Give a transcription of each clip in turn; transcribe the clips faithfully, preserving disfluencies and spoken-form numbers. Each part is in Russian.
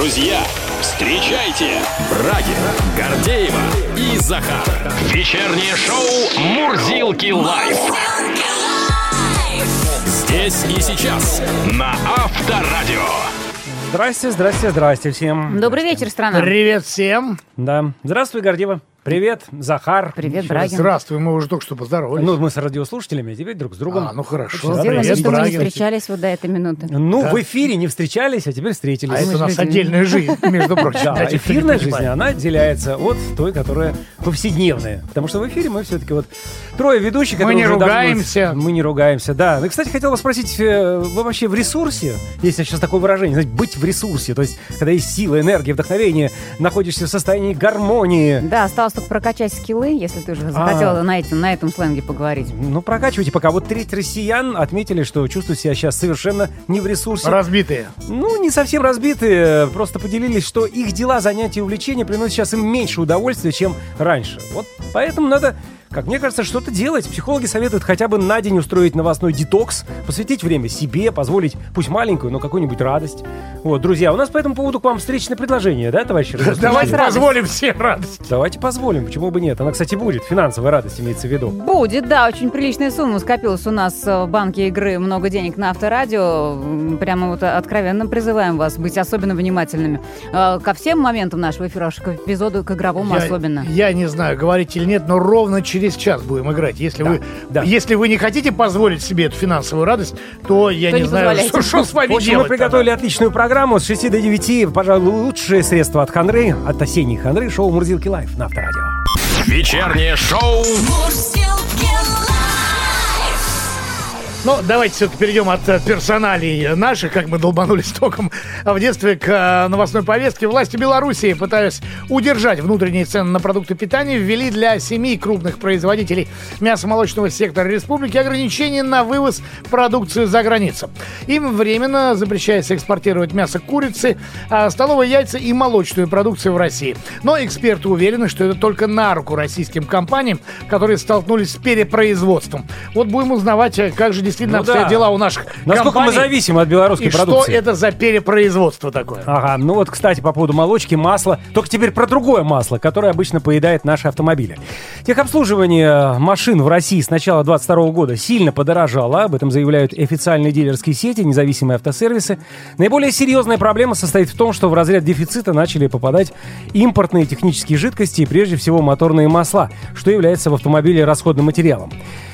Друзья, встречайте Брагина, Гордеева и Захара. Вечернее шоу «Мурзилки лайф». Здесь и сейчас на Авторадио. Здрасте, здрасте, здрасте всем. Добрый вечер, страна. Привет всем. Да. Здравствуй, Гордеева. Привет, Захар. Привет, Брагин. Здравствуй, мы уже только что поздоровались. Ну, мы с радиослушателями, а теперь друг с другом. А, ну хорошо. Сделаем Привет, вид, что мы не Брагин. встречались вот до этой минуты. Ну, Да. в эфире не встречались, а теперь встретились. А это у нас люди. отдельная жизнь, между прочим. Да, для тех, кто не эфирная понимает. жизнь, она отделяется от той, которая повседневная. Потому что в эфире мы все-таки вот трое ведущих. Мы которые не уже давно- ругаемся. Мы не ругаемся, да. Ну, кстати, хотел вас спросить, э, вы вообще в ресурсе? Есть сейчас такое выражение, знаете, быть в ресурсе. То есть, когда есть сила, энергия, вдохновение, находишься в состоянии гармонии. Да, осталось только прокачать скиллы, если ты уже захотела А. на, этом, на этом сленге поговорить. Ну, прокачивайте пока. Вот треть россиян отметили, что чувствуют себя сейчас совершенно не в ресурсе. Разбитые. Ну, не совсем разбитые, просто поделились, что их дела, занятия и увлечения приносят сейчас им меньше удовольствия, чем раньше. Вот поэтому надо, как мне кажется, что-то делать. Психологи советуют хотя бы на день устроить новостной детокс, посвятить время себе, позволить, пусть маленькую, но какую-нибудь радость. Вот, друзья, у нас по этому поводу к вам встречное предложение, да, товарищи? Давайте радость. позволим всем радость. Давайте позволим, почему бы нет. Она, кстати, будет, финансовая радость имеется в виду. Будет, да, очень приличная сумма скопилась у нас в банке игры «Много денег» на Авторадио. М, Прямо вот откровенно призываем вас быть особенно внимательными э, ко всем моментам нашего эфира, аж к эпизоду, к игровому Я- особенно. Я не знаю, говорить или нет, но ровно через час будем играть. Если, Да, вы, да. если вы не хотите позволить себе эту финансовую радость, то я То не, не знаю, позволяйте. что, что с вами В общем, делать. мы приготовили отличную программу с шести до девяти. Пожалуй, лучшее средство от хандры, от осенней хандры, шоу «Мурзилки лайф» на Авторадио. Вечернее шоу Ну, давайте все-таки перейдем от э, персоналей наших, как мы долбанулись током в детстве, к э, новостной повестке. Власти Белоруссии, пытаясь удержать внутренние цены на продукты питания, ввели для семи крупных производителей мясомолочного сектора республики ограничения на вывоз продукции за границу. Им временно запрещается экспортировать мясо курицы, а, столовые яйца и молочную продукцию в России. Но эксперты уверены, что это только на руку российским компаниям, которые столкнулись с перепроизводством. Вот будем узнавать, э, как же действительно Ну обстоят да. дела у наших Насколько компаний. мы зависим от белорусской И продукции. что это за перепроизводство такое? Ага, ну вот, кстати, по поводу молочки, масла. Только теперь про другое масло, которое обычно поедает наши автомобили. Техобслуживание машин в России с начала двадцать второго года сильно подорожало. Об этом заявляют официальные дилерские сети, независимые автосервисы. Наиболее серьезная проблема состоит в том, что в разряд дефицита начали попадать импортные технические жидкости и прежде всего моторные масла, что является в автомобиле расходным материалом.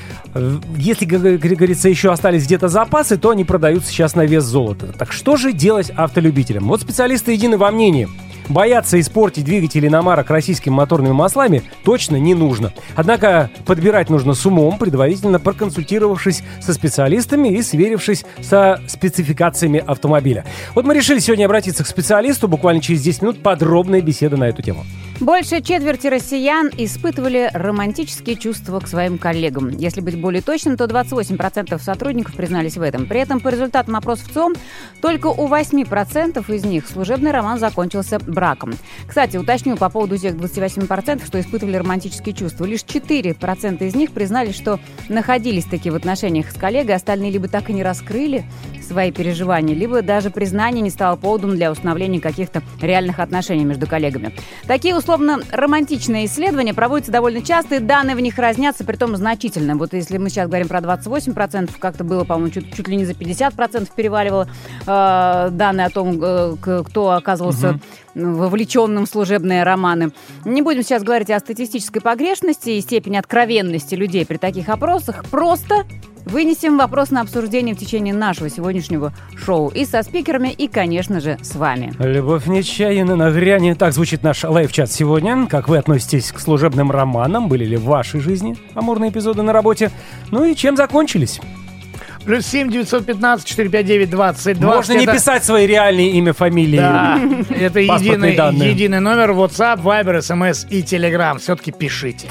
Если, как говорится, еще остались где-то запасы, то они продаются сейчас на вес золота. Так что же делать автолюбителям? Вот специалисты едины во мнении. Бояться испортить двигатели иномарок российскими моторными маслами точно не нужно. Однако подбирать нужно с умом, предварительно проконсультировавшись со специалистами и сверившись со спецификациями автомобиля. Вот мы решили сегодня обратиться к специалисту. Буквально через десять минут подробная беседа на эту тему. Больше четверти россиян испытывали романтические чувства к своим коллегам. Если быть более точным, то двадцать восемь процентов сотрудников признались в этом. При этом по результатам опросов ЦИОМ только у восемь процентов из них служебный роман закончился браком. Кстати, уточню по поводу тех двадцати восьми процентов, что испытывали романтические чувства. Лишь четыре процента из них признались, что находились таки в отношениях с коллегой. Остальные либо так и не раскрыли свои переживания, либо даже признание не стало поводом для установления каких-то реальных отношений между коллегами. Такие условно-романтичные исследования проводятся довольно часто, и данные в них разнятся, притом значительно. Вот если мы сейчас говорим про двадцать восемь процентов, как-то было, по-моему, чуть, чуть ли не за пятьдесят процентов переваливало э, данные о том, э, кто оказывался вовлеченным в служебные романы. Не будем сейчас говорить о статистической погрешности и степени откровенности людей при таких опросах. Просто вынесем вопрос на обсуждение в течение нашего сегодняшнего шоу. И со спикерами, и, конечно же, с вами. Любовь нечаянно на грани. Так звучит наш лайв-чат сегодня. Как вы относитесь к служебным романам? Были ли в вашей жизни амурные эпизоды на работе? Ну и чем закончились? Плюс семь девятьсот пятнадцать четыреста пятьдесят девять двадцать два. Можно не писать свои реальные имя, фамилии. Да, это Паспортные единый, данные. единый номер WhatsApp, Viber, эс эм эс и Telegram. Все-таки пишите.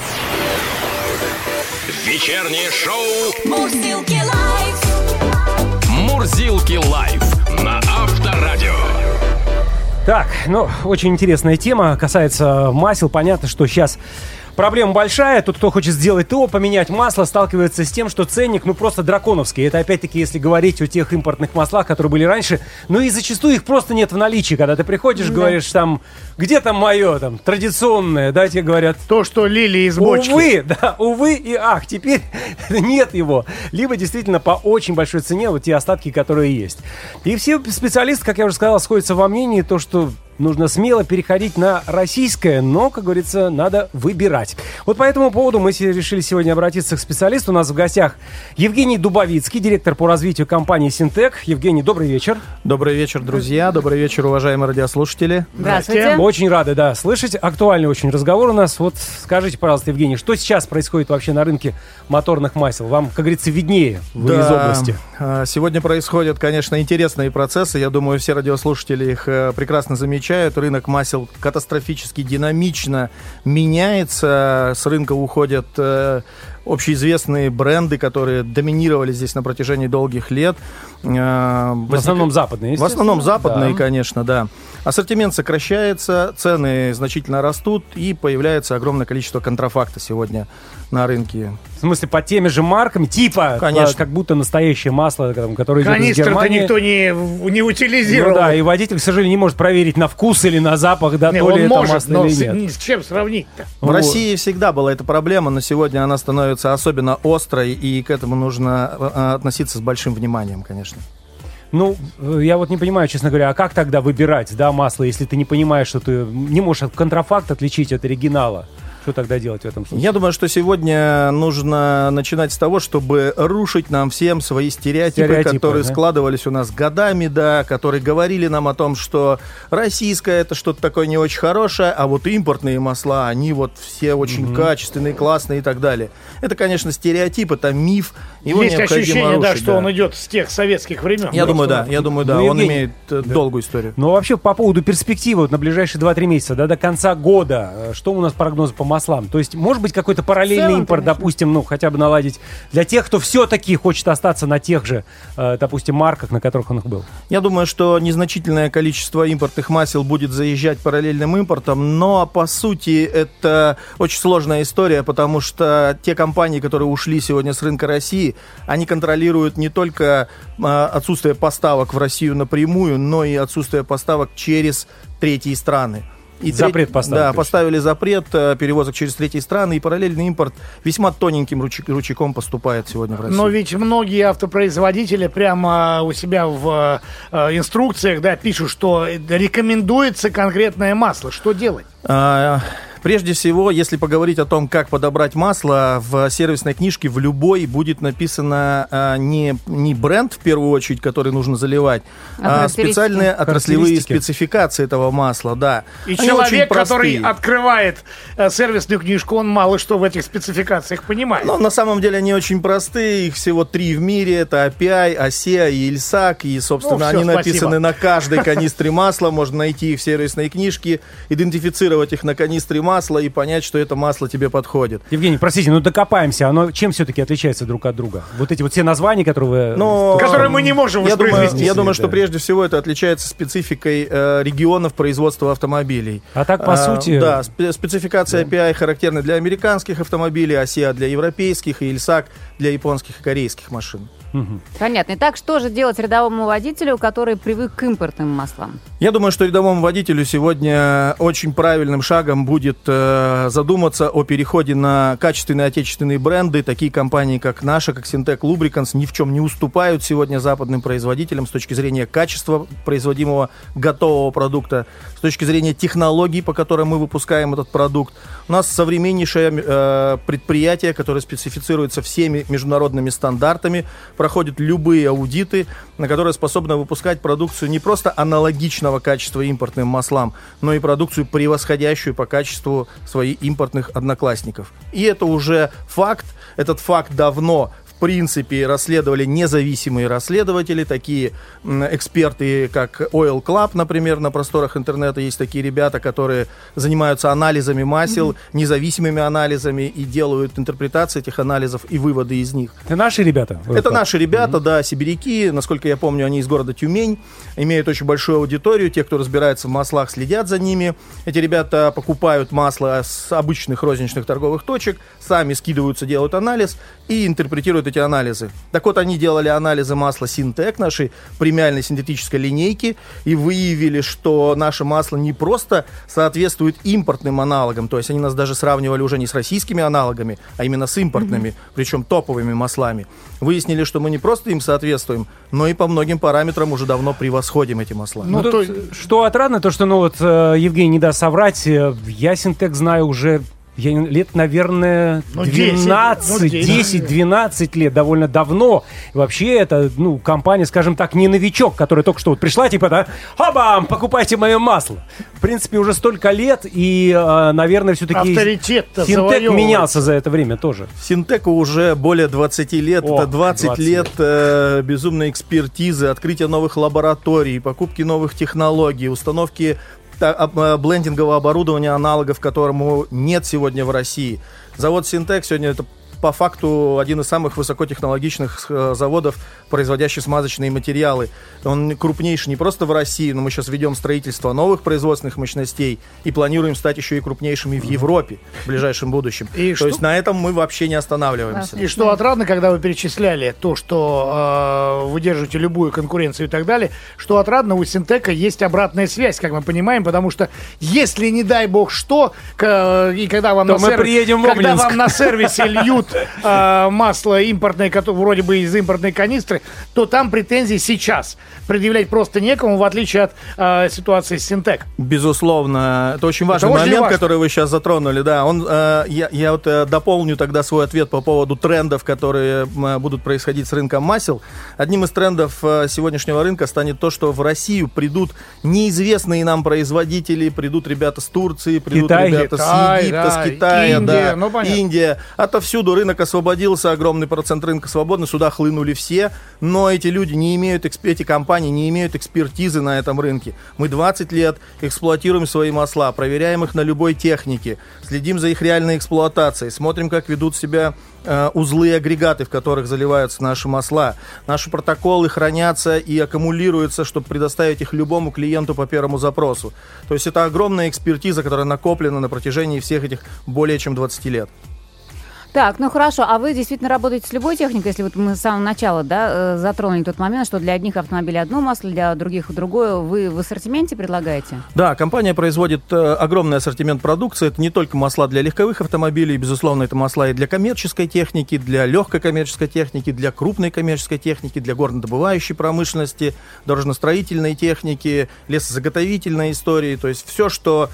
Вечернее шоу Мурзилки лайф. «Мурзилки лайф» на Авторадио. Так, ну, очень интересная тема. Касается масел. Понятно, что сейчас проблема большая. Тут кто хочет сделать ТО, поменять масло, сталкивается с тем, что ценник, ну, просто драконовский. Это, опять-таки, если говорить о тех импортных маслах, которые были раньше. Ну, и зачастую их просто нет в наличии. Когда ты приходишь, да. говоришь, там, где там мое, там, традиционное, да, тебе говорят. То, что лили из бочки. Увы, да, увы и ах, теперь нет его. Либо действительно по очень большой цене вот те остатки, которые есть. И все специалисты, как я уже сказал, сходятся во мнении, то, что нужно смело переходить на российское, но, как говорится, надо выбирать. Вот по этому поводу мы решили сегодня обратиться к специалисту. У нас в гостях Евгений Дубовицкий, директор по развитию компании «Синтек». Евгений, добрый вечер. Добрый вечер, друзья. Добрый вечер, уважаемые радиослушатели. Здравствуйте. Очень рады, да, слышать. Актуальный очень разговор у нас. Вот скажите, пожалуйста, Евгений, что сейчас происходит вообще на рынке моторных масел? Вам, как говорится, виднее, вы да, из области. Сегодня происходят, конечно, интересные процессы. Я думаю, все радиослушатели их прекрасно замечают. Рынок масел катастрофически динамично меняется. С рынка уходят э, общеизвестные бренды, которые доминировали здесь на протяжении долгих лет. Э, в основном западные, В основном западные, да. конечно, да. Ассортимент сокращается, цены значительно растут, и появляется огромное количество контрафакта сегодня на рынке. В смысле, под теми же марками, типа, Конечно. как будто настоящее масло, которое идет из Канистры-то Германии. никто не, не утилизировал. Ну да, и водитель, к сожалению, не может проверить на вкус или на запах, да, Не, то он ли это может, масло но или с, нет. с чем сравнить-то? В России всегда была эта проблема, но сегодня она становится особенно острой, и к этому нужно э, относиться с большим вниманием, конечно. Ну, я вот не понимаю, честно говоря, а как тогда выбирать, да, масло, если ты не понимаешь, что ты не можешь от контрафакт отличить от оригинала? Что тогда делать в этом случае? Я думаю, что сегодня нужно начинать с того, чтобы рушить нам всем свои стереотипы, Стереотипы, которые да? складывались у нас годами, да, которые говорили нам о том, что российское это что-то такое не очень хорошее, а вот импортные масла, они вот все очень mm-hmm. качественные, классные и так далее. Это, конечно, стереотип, это миф. Его Есть необходимо ощущение, рушить, да, что да. он идет с тех советских времен. Я думаю, да, я думаю, да, Ну, он Евгений, имеет э, да. долгую историю. Ну, вообще, по поводу перспективы вот, на ближайшие два-три месяца, да, до конца года, э, что у нас прогнозы по маслам? То есть, может быть, какой-то параллельный целом, импорт, конечно. допустим, ну, хотя бы наладить для тех, кто все-таки хочет остаться на тех же, э, допустим, марках, на которых он их был? Я думаю, что незначительное количество импортных масел будет заезжать параллельным импортом, но по сути это очень сложная история, потому что те компании, которые ушли сегодня с рынка России, они контролируют не только а, отсутствие поставок в Россию напрямую, но и отсутствие поставок через третьи страны. И Запрет треть- поставок, Да, то есть. поставили запрет э, перевозок через третьи страны, и параллельный импорт весьма тоненьким ручей- ручейком поступает сегодня в Россию. Но ведь многие автопроизводители прямо у себя в э, инструкциях, да, пишут, что рекомендуется конкретное масло. Что делать? А, Прежде всего, если поговорить о том, как подобрать масло, в сервисной книжке в любой будет написано а, не, не бренд, в первую очередь, который нужно заливать, А а специальные отраслевые Характеристики. спецификации этого масла, да. И Они человек, очень который простые. открывает э, сервисную книжку, он мало что в этих спецификациях понимает. Но на самом деле они очень простые, их всего три в мире, это эй пи ай, АСЕА и Ильсак, и, собственно, Ну, всё, они спасибо. написаны на каждой канистре масла, можно найти их в сервисной книжке, идентифицировать их на канистре масла и понять, что это масло тебе подходит. Евгений, простите, ну докопаемся, оно чем все-таки отличается друг от друга? Вот эти вот все названия, которые вы... Но, Которые мы не можем я думаю, воспроизвести. я думаю, что да. прежде всего это отличается спецификой э, регионов производства автомобилей. А так, по сути- Да, спе- спецификация эй пи ай характерна для американских автомобилей, АСЕА для европейских и Ильсак для японских и корейских машин. Понятно. Итак, что же делать рядовому водителю, который привык к импортным маслам? Я думаю, что рядовому водителю сегодня очень правильным шагом будет э, задуматься о переходе на качественные отечественные бренды. Такие компании, как наша, как Синтек Lubricants, ни в чем не уступают сегодня западным производителям с точки зрения качества производимого готового продукта, с точки зрения технологий, по которым мы выпускаем этот продукт. У нас современнейшее э, предприятие, которое специфицируется всеми международными стандартами, проходит любые аудиты, на которые способны выпускать продукцию не просто аналогичного качества импортным маслам, но и продукцию, превосходящую по качеству своих импортных одноклассников. И это уже факт. Этот факт давно в принципе, расследовали независимые расследователи, такие эксперты, как Oil Club, например, на просторах интернета есть такие ребята, которые занимаются анализами масел, mm-hmm. независимыми анализами и делают интерпретации этих анализов и выводы из них. Это наши ребята? Это наши ребята, mm-hmm. да, сибиряки. Насколько я помню, они из города Тюмень, имеют очень большую аудиторию. Те, кто разбирается в маслах, следят за ними. Эти ребята покупают масло с обычных розничных торговых точек, сами скидываются, делают анализ и интерпретируют эти анализы. Так вот, они делали анализы масла Синтек, нашей премиальной синтетической линейки, и выявили, что наше масло не просто соответствует импортным аналогам, то есть они нас даже сравнивали уже не с российскими аналогами, а именно с импортными, mm-hmm. причем топовыми маслами. Выяснили, что мы не просто им соответствуем, но и по многим параметрам уже давно превосходим эти масла. Ну, ну то, что отрадно, то, что, ну вот, Евгений не даст соврать, я Синтек знаю уже... Я лет, наверное, двенадцать, десять-двенадцать лет, довольно давно. И вообще это, ну, компания, скажем так, не новичок, которая только что вот пришла, типа, да, хабам, покупайте мое масло. В принципе, уже столько лет, и, наверное, все-таки авторитет-то Синтек менялся за это время тоже. Синтеку уже более двадцать лет, О, это двадцать, двадцать лет э, безумной экспертизы, открытия новых лабораторий, покупки новых технологий, установки блендингового оборудования, аналогов которому нет сегодня в России. Завод Синтек сегодня это по факту один из самых высокотехнологичных заводов, производящих смазочные материалы. Он крупнейший не просто в России, но мы сейчас ведем строительство новых производственных мощностей и планируем стать еще и крупнейшими в Европе в ближайшем будущем. И то что? есть на этом мы вообще не останавливаемся. И что отрадно, когда вы перечисляли то, что э, вы держите любую конкуренцию и так далее, что отрадно, у Синтека есть обратная связь, как мы понимаем, потому что если, не дай бог что, к, и когда вам, то на, мы сервис, приедем в когда вам на сервисе льют э, масло импортное, которое вроде бы из импортной канистры, то там претензий сейчас предъявлять просто некому, в отличие от э, ситуации с Синтек. Безусловно. Это очень важный это момент, важно. который вы сейчас затронули. Да, он, э, я, я вот э, дополню тогда свой ответ по поводу трендов, которые э, будут происходить с рынком масел. Одним из трендов э, сегодняшнего рынка станет то, что в Россию придут неизвестные нам производители, придут ребята с Турции, придут Китай, ребята Китай, с Египта, да, с Китая, Индия, да, ну, Индия. Отовсюду рынок освободился, огромный процент рынка свободный, сюда хлынули все, но эти люди не имеют, эти компании не имеют экспертизы на этом рынке. Мы двадцать лет эксплуатируем свои масла, проверяем их на любой технике, следим за их реальной эксплуатацией, смотрим, как ведут себя э, узлы и агрегаты, в которых заливаются наши масла. Наши протоколы хранятся и аккумулируются, чтобы предоставить их любому клиенту по первому запросу. То есть это огромная экспертиза, которая накоплена на протяжении всех этих более чем двадцати лет. Так, ну хорошо, а вы действительно работаете с любой техникой, если вот мы с самого начала, да, затронули тот момент, что для одних автомобилей одно масло, для других другое, вы в ассортименте предлагаете? Да, компания производит э, огромный ассортимент продукции, это не только масла для легковых автомобилей, безусловно, это масла и для коммерческой техники, для легкой коммерческой техники, для крупной коммерческой техники, для горнодобывающей промышленности, дорожно-строительной техники, лесозаготовительной истории, то есть все, что,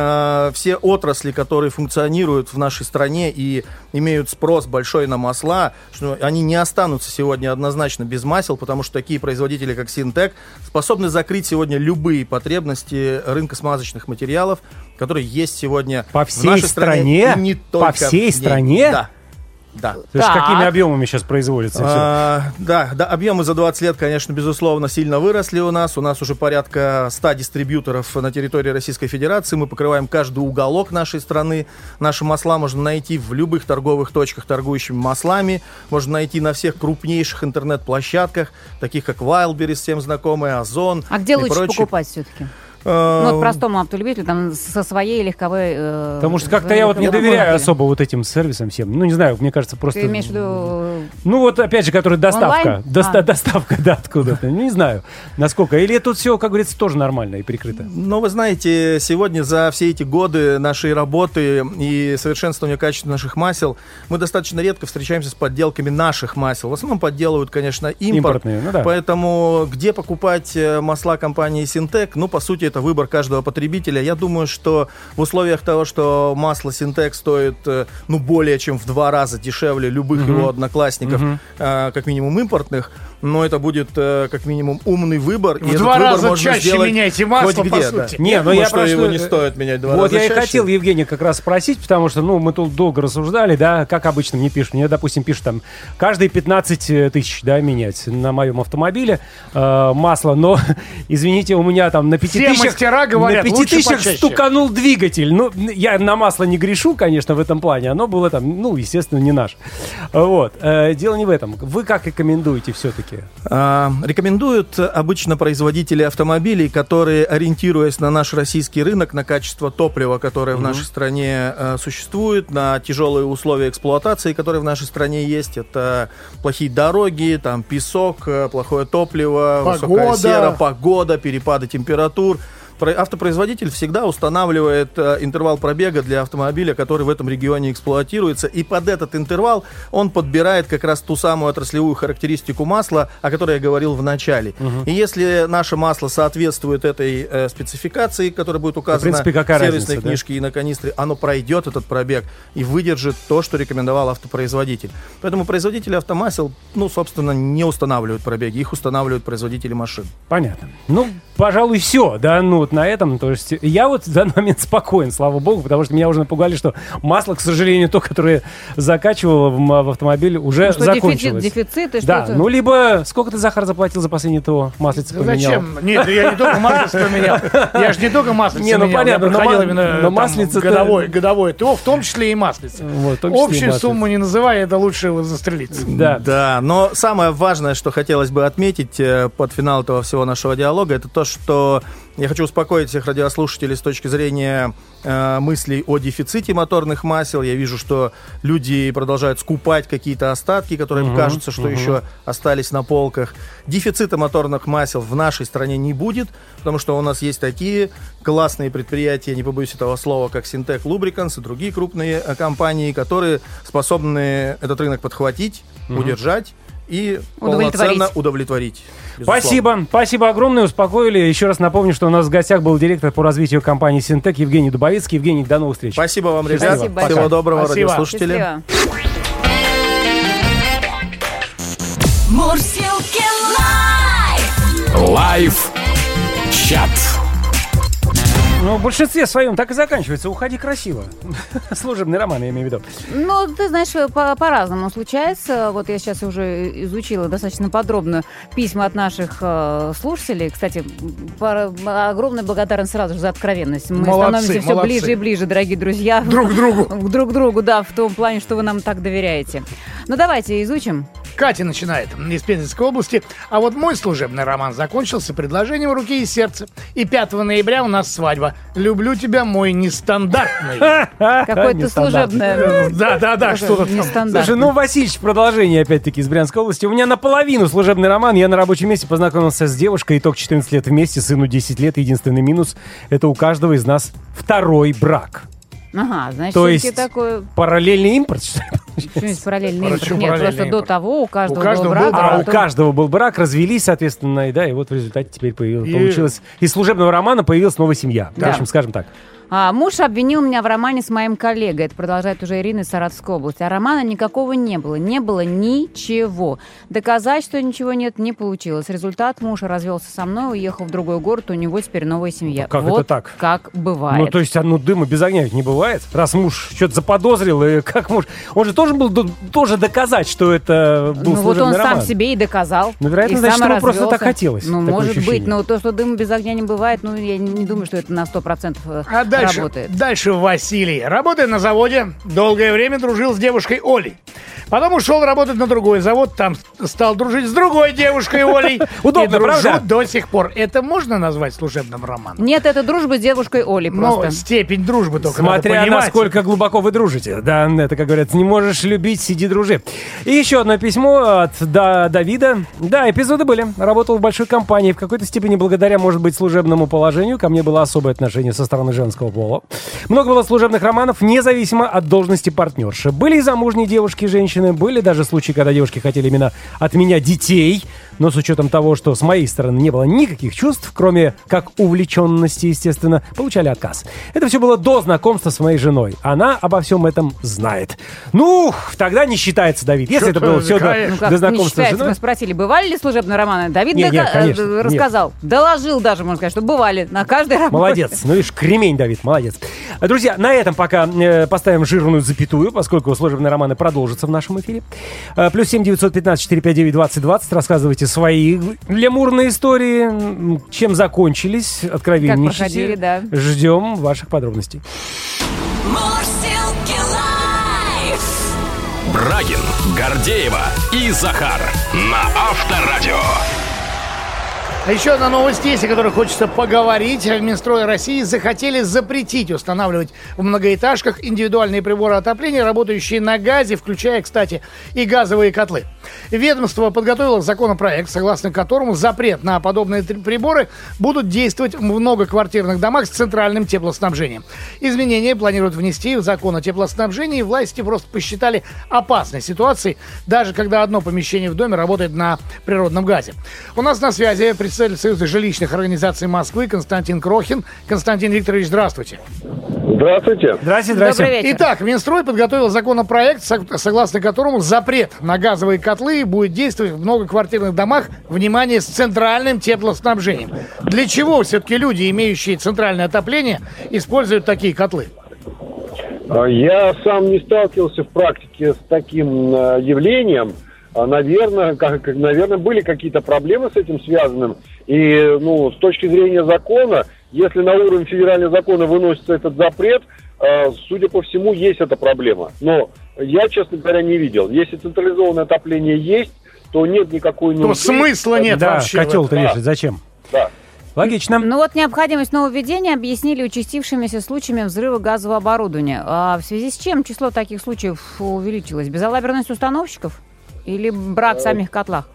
э, все отрасли, которые функционируют в нашей стране и имеют имеют спрос большой на масла, что они не останутся сегодня однозначно без масел, потому что такие производители, как Синтек, способны закрыть сегодня любые потребности рынка смазочных материалов, которые есть сегодня по в всей нашей стране. стране. И не только по всей стране? Да. Да. То есть какими объемами сейчас производится? А, да, да, объемы за двадцать лет, конечно, безусловно, сильно выросли у нас. У нас уже порядка ста дистрибьюторов на территории Российской Федерации. Мы покрываем каждый уголок нашей страны. Наши масла можно найти в любых торговых точках, торгующими маслами. Можно найти на всех крупнейших интернет-площадках, таких как Wildberries, всем знакомые, Озон. А где лучше прочее. покупать все-таки? Ну, вот простому автолюбителю, там, со своей легковой... Э, Потому что как-то я вот не доверяю особо вот этим сервисам всем. Ну, не знаю, мне кажется, просто... Ты имеешь в виду... Ну, вот, опять же, который доставка. Доста- а. Доставка, да, откуда-то. Не знаю, насколько. Или тут все, как говорится, тоже нормально и прикрыто. Ну, вы знаете, сегодня за все эти годы нашей работы и совершенствования качества наших масел мы достаточно редко встречаемся с подделками наших масел. В основном подделывают, конечно, импорт. Импортные, ну да. Поэтому где покупать масла компании Синтек? Ну, по сути, это выбор каждого потребителя. Я думаю, что в условиях того, что масло Синтек стоит, ну, более чем в два раза дешевле любых mm-hmm. его одноклассников, mm-hmm. э, как минимум импортных, но это будет э, как минимум умный выбор. В два раза чаще меняйте масло, по где, сути. Да. Не, но я я что прошу... его не стоит менять два вот раза я и чаще. хотел Евгения как раз спросить, потому что, ну, мы тут долго рассуждали, да, как обычно мне пишут. Мне, допустим, пишут там, каждые пятнадцать тысяч, да, менять на моем автомобиле э, масло, но, извините, у меня там на пяти Все тысячах... мастера говорят, на пяти лучше тысячах почаще. стуканул двигатель. Ну, я на масло не грешу, конечно, в этом плане. Оно было там, ну, естественно, не наше. Вот. Э, дело не в этом. Вы как рекомендуете все-таки? А, рекомендуют обычно производители автомобилей, которые, ориентируясь на наш российский рынок, на качество топлива, которое mm-hmm. в нашей стране э, существует, на тяжелые условия эксплуатации, которые в нашей стране есть. Это плохие дороги, там песок, э, плохое топливо, Погода. высокая сера, погода, перепады температур. Автопроизводитель всегда устанавливает э, интервал пробега для автомобиля, который в этом регионе эксплуатируется, и под этот интервал он подбирает как раз ту самую отраслевую характеристику масла, о которой я говорил в начале. Угу. И если наше масло соответствует этой э, спецификации, которая будет указана в, принципе, в сервисной разница, книжке, да? И на канистре, оно пройдет этот пробег и выдержит то, что рекомендовал автопроизводитель. Поэтому производители автомасел, ну, собственно, не устанавливают пробеги, их устанавливают производители машин. Понятно. Ну, пожалуй, все, да, ну, на этом, то есть я вот в данный момент спокоен, слава богу, потому что меня уже напугали, что масло, к сожалению, то, которое закачивало в, в автомобиль, уже ну, что, закончилось. Дефицит, дефицит и да, что-то? Ну, либо сколько ты, Захар, заплатил за последнее ТО? Маслица да поменял. Зачем? Нет, я не только маслица поменял. Я же не только маслица не, ну, менял, понятно, я проходил но, именно но маслица годовое, годовое ТО, в том числе и маслица. Вот, Общую и сумму не называя, это лучше застрелиться. Да. Да, но самое важное, что хотелось бы отметить э, под финал этого всего нашего диалога, это то, что я хочу успокоить всех радиослушателей с точки зрения э, мыслей о дефиците моторных масел. Я вижу, что люди продолжают скупать какие-то остатки, которые им uh-huh, кажется, что uh-huh. еще остались на полках. Дефицита моторных масел в нашей стране не будет, потому что у нас есть такие классные предприятия, не побоюсь этого слова, как Syntec Lubricants и другие крупные э, компании, которые способны этот рынок подхватить, uh-huh. удержать и полноценно удовлетворить. Безусловно. Спасибо, спасибо огромное, успокоили. Еще раз напомню, что у нас в гостях был директор по развитию компании Syntec Евгений Дубовицкий. Евгений, до новых встреч. Спасибо вам, ребят. Спасибо. Всего Пока. доброго, Спасибо. радиослушатели. Мурзилки лайф! Лайф чат. Ну, в большинстве своем так и заканчивается. Уходи красиво. Служебный роман, я имею в виду. Ну, ты знаешь, по- по-разному случается. Вот я сейчас уже изучила достаточно подробно письма от наших э, слушателей. Кстати, пара- огромная благодарность сразу же за откровенность. Мы Молодцы, становимся все молодцы. ближе и ближе, дорогие друзья. Друг к другу. Друг к другу, да, в том плане, что вы нам так доверяете. Ну, давайте изучим. Катя начинает из Пензенской области. А вот мой служебный роман закончился предложением руки и сердца. И пятого ноября у нас свадьба. Люблю тебя, мой нестандартный. Какое-то служебное. Да-да-да, что-то там. Нестандартное. Слушай, ну, Васильевич, продолжение, опять-таки, из Брянской области. У меня наполовину служебный роман. Я на рабочем месте познакомился с девушкой. Итог четырнадцать лет вместе, сыну десять лет. Единственный минус — это у каждого из нас второй брак. Ага, значит, То все-таки есть такое... параллельный импорт, что ли? Что-нибудь параллельный импорт. Почему Нет, параллельный просто импорт? до того у каждого, У каждого был был брак. брак. А у потом- каждого был брак, развелись, соответственно, и да, и вот в результате теперь появилось, И- получилось... Из служебного романа появилась новая семья. Да. В общем, скажем так. А, муж обвинил меня в романе с моим коллегой. Это продолжает уже Ирина из Саратовской области. А романа никакого не было. Не было ничего. Доказать, что ничего нет, не получилось. Результат: муж развелся со мной, уехал в другой город, у него теперь новая семья. Ну, как вот это так? как бывает. Ну, то есть, ну, дыма без огня ведь не бывает. Раз муж что-то заподозрил, и как муж... Он же должен был до- тоже доказать, что это был Ну, вот служебный он роман. сам себе и доказал. Ну, вероятно, и значит, сам ему просто развелся. так хотелось. Ну, Такое может ощущение. быть, но то, что дыма без огня не бывает, ну, я не, не думаю, что это на сто процентов э, А дальше, работает. дальше Василий. Работая на заводе, долгое время дружил с девушкой Олей. Потом ушел работать на другой завод, там стал дружить с другой девушкой Олей. Удобно, и дружу правда? до сих пор. Это можно назвать служебным романом? Нет, это дружба с девушкой Олей Но просто. степень дружбы только надо Смотря понимать. насколько глубоко вы дружите. Да, это, как говорят, не можешь любить, сиди, дружи. И еще одно письмо от да, Давида. Да, эпизоды были. Работал в большой компании. В какой-то степени благодаря, может быть, служебному положению ко мне было особое отношение со стороны женского пола. Много было служебных романов, независимо от должности партнерши. Были и замужние девушки, женщины. Были даже случаи, когда девушки хотели именно от меня детей. но с учетом того, что с моей стороны не было никаких чувств, кроме как увлеченности, естественно, получали отказ. Это все было до знакомства с моей женой. Она обо всем этом знает. Ну, тогда не считается, Давид. Если это было все до, Ну как до не знакомства с считается? женой. Мы спросили, бывали ли служебные романы? Давид Не, не, дога- конечно, э, рассказал. Доложил даже, можно сказать, что бывали на каждой работе. Молодец. Ну, видишь, кремень, Давид, молодец. Друзья, на этом пока э, поставим жирную запятую, поскольку служебные романы продолжатся в нашем эфире. Э, плюс семь девятьсот пятнадцать четыреста пятьдесят девять двадцать двадцать. Рассказывайте свои лемурные истории, чем закончились, откровенничайте. Как проходили, да. Ждем ваших подробностей. Мурсилки лайф. Брагин, Гордеева и Захар на Авторадио. А еще одна новость есть, о которой хочется поговорить. В Минстрое России захотели запретить устанавливать в многоэтажках индивидуальные приборы отопления, работающие на газе, включая, кстати, и газовые котлы. Ведомство подготовило законопроект, согласно которому запрет на подобные т- приборы будут действовать в многоквартирных домах с центральным теплоснабжением. Изменения планируют внести в закон о теплоснабжении. Власти просто посчитали опасной ситуацией, даже когда одно помещение в доме работает на природном газе. У нас на связи представитель Союза жилищных организаций Москвы Константин Крохин. Константин Викторович, здравствуйте. Здравствуйте. Здрасте, здрасте. Добрый вечер. Итак, Минстрой подготовил законопроект, сог- согласно которому запрет на газовые котлы будет действовать в многоквартирных домах, внимание, с центральным теплоснабжением. Для чего все-таки люди, имеющие центральное отопление, используют такие котлы? Я сам не сталкивался в практике с таким э, явлением. А, Наверное, как, как- наверное, были какие-то проблемы с этим связанным. И, ну, с точки зрения закона, если на уровень федерального закона выносится этот запрет, э, судя по всему, есть эта проблема. Но я, честно говоря, не видел. Если централизованное отопление есть, то нет никакой То нужды. смысла нет Да, вообще. в этом. котел-то Да. вешать зачем? Да. Логично. Ну вот необходимость нововведения объяснили участившимися случаями взрыва газового оборудования. А в связи с чем число таких случаев увеличилось? Безалаберность установщиков? Или брак в самих котлах?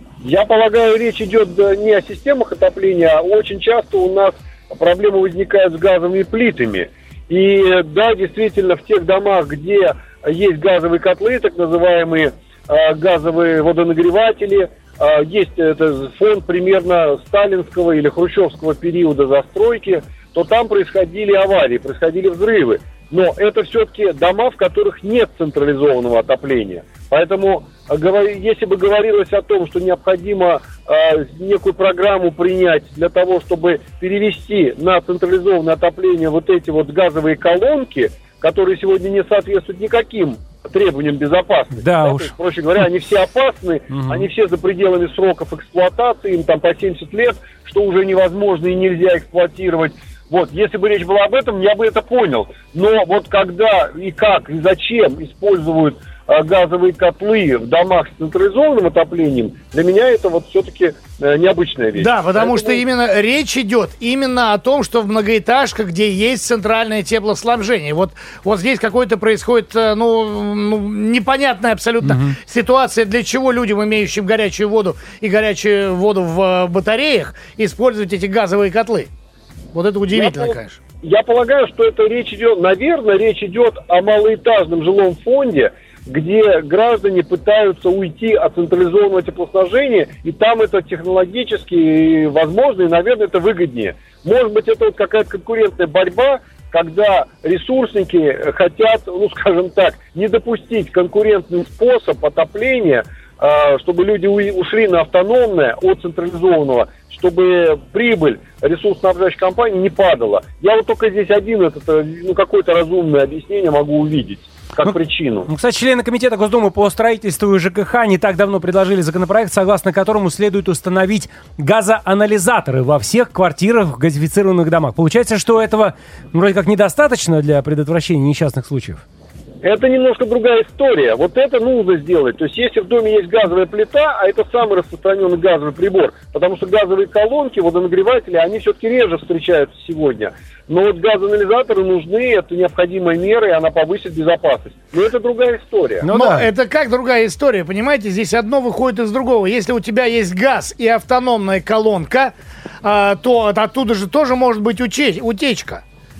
Я полагаю, речь идет да, не о системах отопления, а очень часто у нас проблемы возникают с газовыми плитами. И да, действительно, в тех домах, где есть газовые котлы, так называемые э, газовые водонагреватели, э, есть это фонд примерно сталинского или хрущевского периода застройки, то там происходили аварии, происходили взрывы. Но это все-таки дома, в которых нет централизованного отопления. Поэтому, если бы говорилось о том, что необходимо э, некую программу принять для того, чтобы перевести на централизованное отопление вот эти вот газовые колонки, которые сегодня не соответствуют никаким требованиям безопасности. Да то уж. есть, проще говоря, они все опасны, они все за пределами сроков эксплуатации, им там по семьдесят лет, что уже невозможно и нельзя эксплуатировать. Вот, если бы речь была об этом, я бы это понял. Но вот когда и как, и зачем используют э, газовые котлы в домах с централизованным отоплением, для меня это вот все-таки э, необычная вещь. Да, потому Поэтому- что именно речь идет именно о том, что в многоэтажках, где есть центральное теплоснабжение. Вот, вот здесь какой-то происходит, э, ну, ну, непонятная абсолютно ситуация, для чего людям, имеющим горячую воду и горячую воду в э, батареях, использовать эти газовые котлы. Вот это удивительно, Я пол- конечно. Я полагаю, что это речь идет, наверное, речь идет о малоэтажном жилом фонде, где граждане пытаются уйти от централизованного теплоснабжения, и там это технологически возможно, и, наверное, это выгоднее. Может быть, это вот какая-то конкурентная борьба, когда ресурсники хотят, ну, скажем так, не допустить конкурентный способ отопления, э, чтобы люди у- ушли на автономное от централизованного, чтобы прибыль ресурсоснабжающей компании не падала. Я вот только здесь один этот, э, ну, какое-то разумное объяснение могу увидеть как Ну, причину. Ну, кстати, члены комитета Госдумы по строительству и ЖКХ не так давно предложили законопроект, согласно которому следует установить газоанализаторы во всех квартирах в газифицированных домах. Получается, что этого ну, вроде как недостаточно для предотвращения несчастных случаев. Это немножко другая история. Вот это нужно сделать. То есть, если в доме есть газовая плита, а это самый распространенный газовый прибор, потому что газовые колонки, водонагреватели, они все-таки реже встречаются сегодня. Но вот газоанализаторы нужны, это необходимая мера, и она повысит безопасность. Но это другая история. Ну Но да. это как другая история, понимаете? Здесь одно выходит из другого. Если у тебя есть газ и автономная колонка, а, то оттуда же тоже может быть уче- утечка.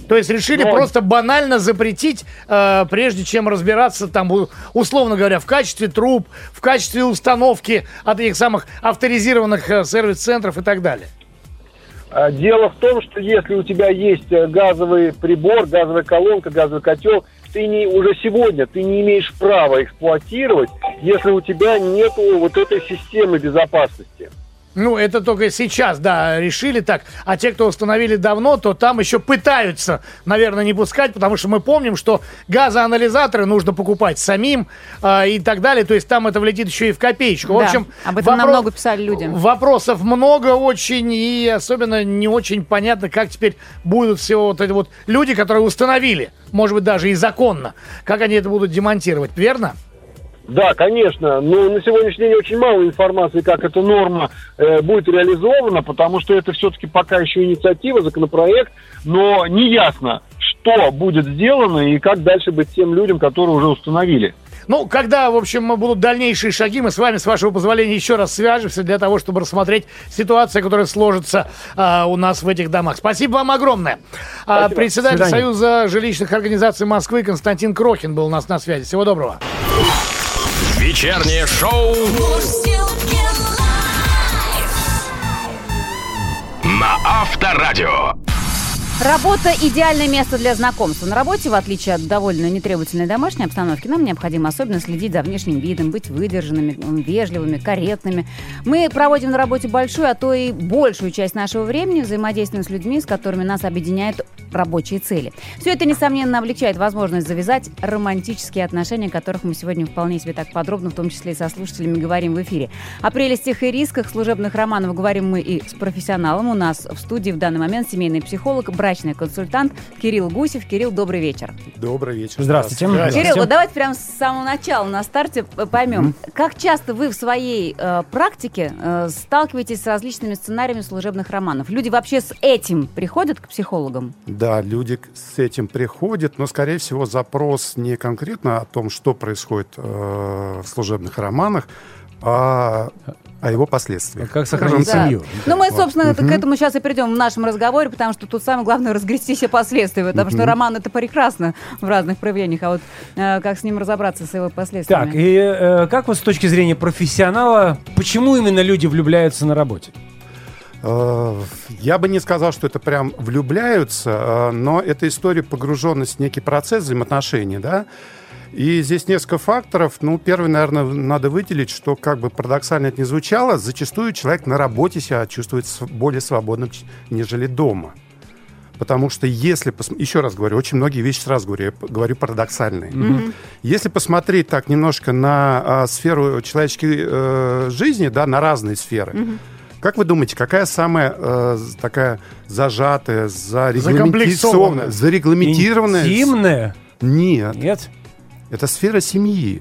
То есть решили Но... просто банально запретить, э, прежде чем разбираться, там, условно говоря, в качестве труб, в качестве установки от этих самых авторизированных э, сервис-центров и так далее. Дело в том, что если у тебя есть газовый прибор, газовая колонка, газовый котел, ты не, уже сегодня ты не имеешь права эксплуатировать, если у тебя нет вот этой системы безопасности. Ну, это только сейчас, да, решили так. А те, кто установили давно, то там еще пытаются, наверное, не пускать, потому что мы помним, что газоанализаторы нужно покупать самим э, и так далее. То есть там это влетит еще и в копеечку. Да, в общем, об этом вопро- намного писали люди. Вопросов много очень, и особенно не очень понятно, как теперь будут все вот эти вот люди, которые установили, может быть, даже и законно, как они это будут демонтировать, верно? Да, конечно, но на сегодняшний день очень мало информации, как эта норма э, будет реализована, потому что это все-таки пока еще инициатива, законопроект, но не ясно, что будет сделано и как дальше быть тем людям, которые уже установили. Ну, когда, в общем, будут дальнейшие шаги, мы с вами, с вашего позволения, еще раз свяжемся для того, чтобы рассмотреть ситуацию, которая сложится а, у нас в этих домах. Спасибо вам огромное. А, председатель Союза жилищных организаций Москвы Константин Крохин был у нас на связи. Всего доброго. Вечернее шоу на Авторадио. Работа – идеальное место для знакомства. На работе, в отличие от довольно нетребовательной домашней обстановки, нам необходимо особенно следить за внешним видом, быть выдержанными, вежливыми, корректными. Мы проводим на работе большую, а то и большую часть нашего времени, взаимодействуем с людьми, с которыми нас объединяют рабочие цели. Все это, несомненно, облегчает возможность завязать романтические отношения, о которых мы сегодня вполне себе так подробно, в том числе и со слушателями, говорим в эфире. О прелестях и рисках служебных романов говорим мы и с профессионалом. У нас в студии в данный момент семейный психолог, брачный консультант Кирилл Гусев. Кирилл, добрый вечер. Добрый вечер. Здравствуйте. Здравствуйте. Кирилл, вот давайте прямо с самого начала на старте поймем, mm-hmm. как часто вы в своей э, практике э, сталкиваетесь с различными сценариями служебных романов? Люди вообще с этим приходят к психологам? Да, люди с этим приходят, но, скорее всего, запрос не конкретно о том, что происходит э, в служебных романах, а о его последствиях. Как сохранить да. семью. Ну, мы, собственно, вот. к этому сейчас и придем в нашем разговоре, потому что тут самое главное разгрести все последствия, потому что роман — это прекрасно в разных проявлениях, а вот э, как с ним разобраться, с его последствиями? Так, и э, как вот с точки зрения профессионала, почему именно люди влюбляются на работе? Я бы не сказал, что это прям влюбляются, но это история погруженность в некий процесс взаимоотношений, да. И здесь несколько факторов. Ну, первый, наверное, надо выделить, что, как бы парадоксально это ни звучало, зачастую человек на работе себя чувствует более свободным, нежели дома. Потому что если... Еще раз говорю, очень многие вещи сразу говорю, я говорю парадоксальные. Mm-hmm. Если посмотреть так немножко на а, сферу человеческой э, жизни, да, на разные сферы, mm-hmm. как вы думаете, какая самая э, такая зажатая, зарегламентированная... зарегламентированная... Интимная? Нет. Нет? Это сфера семьи.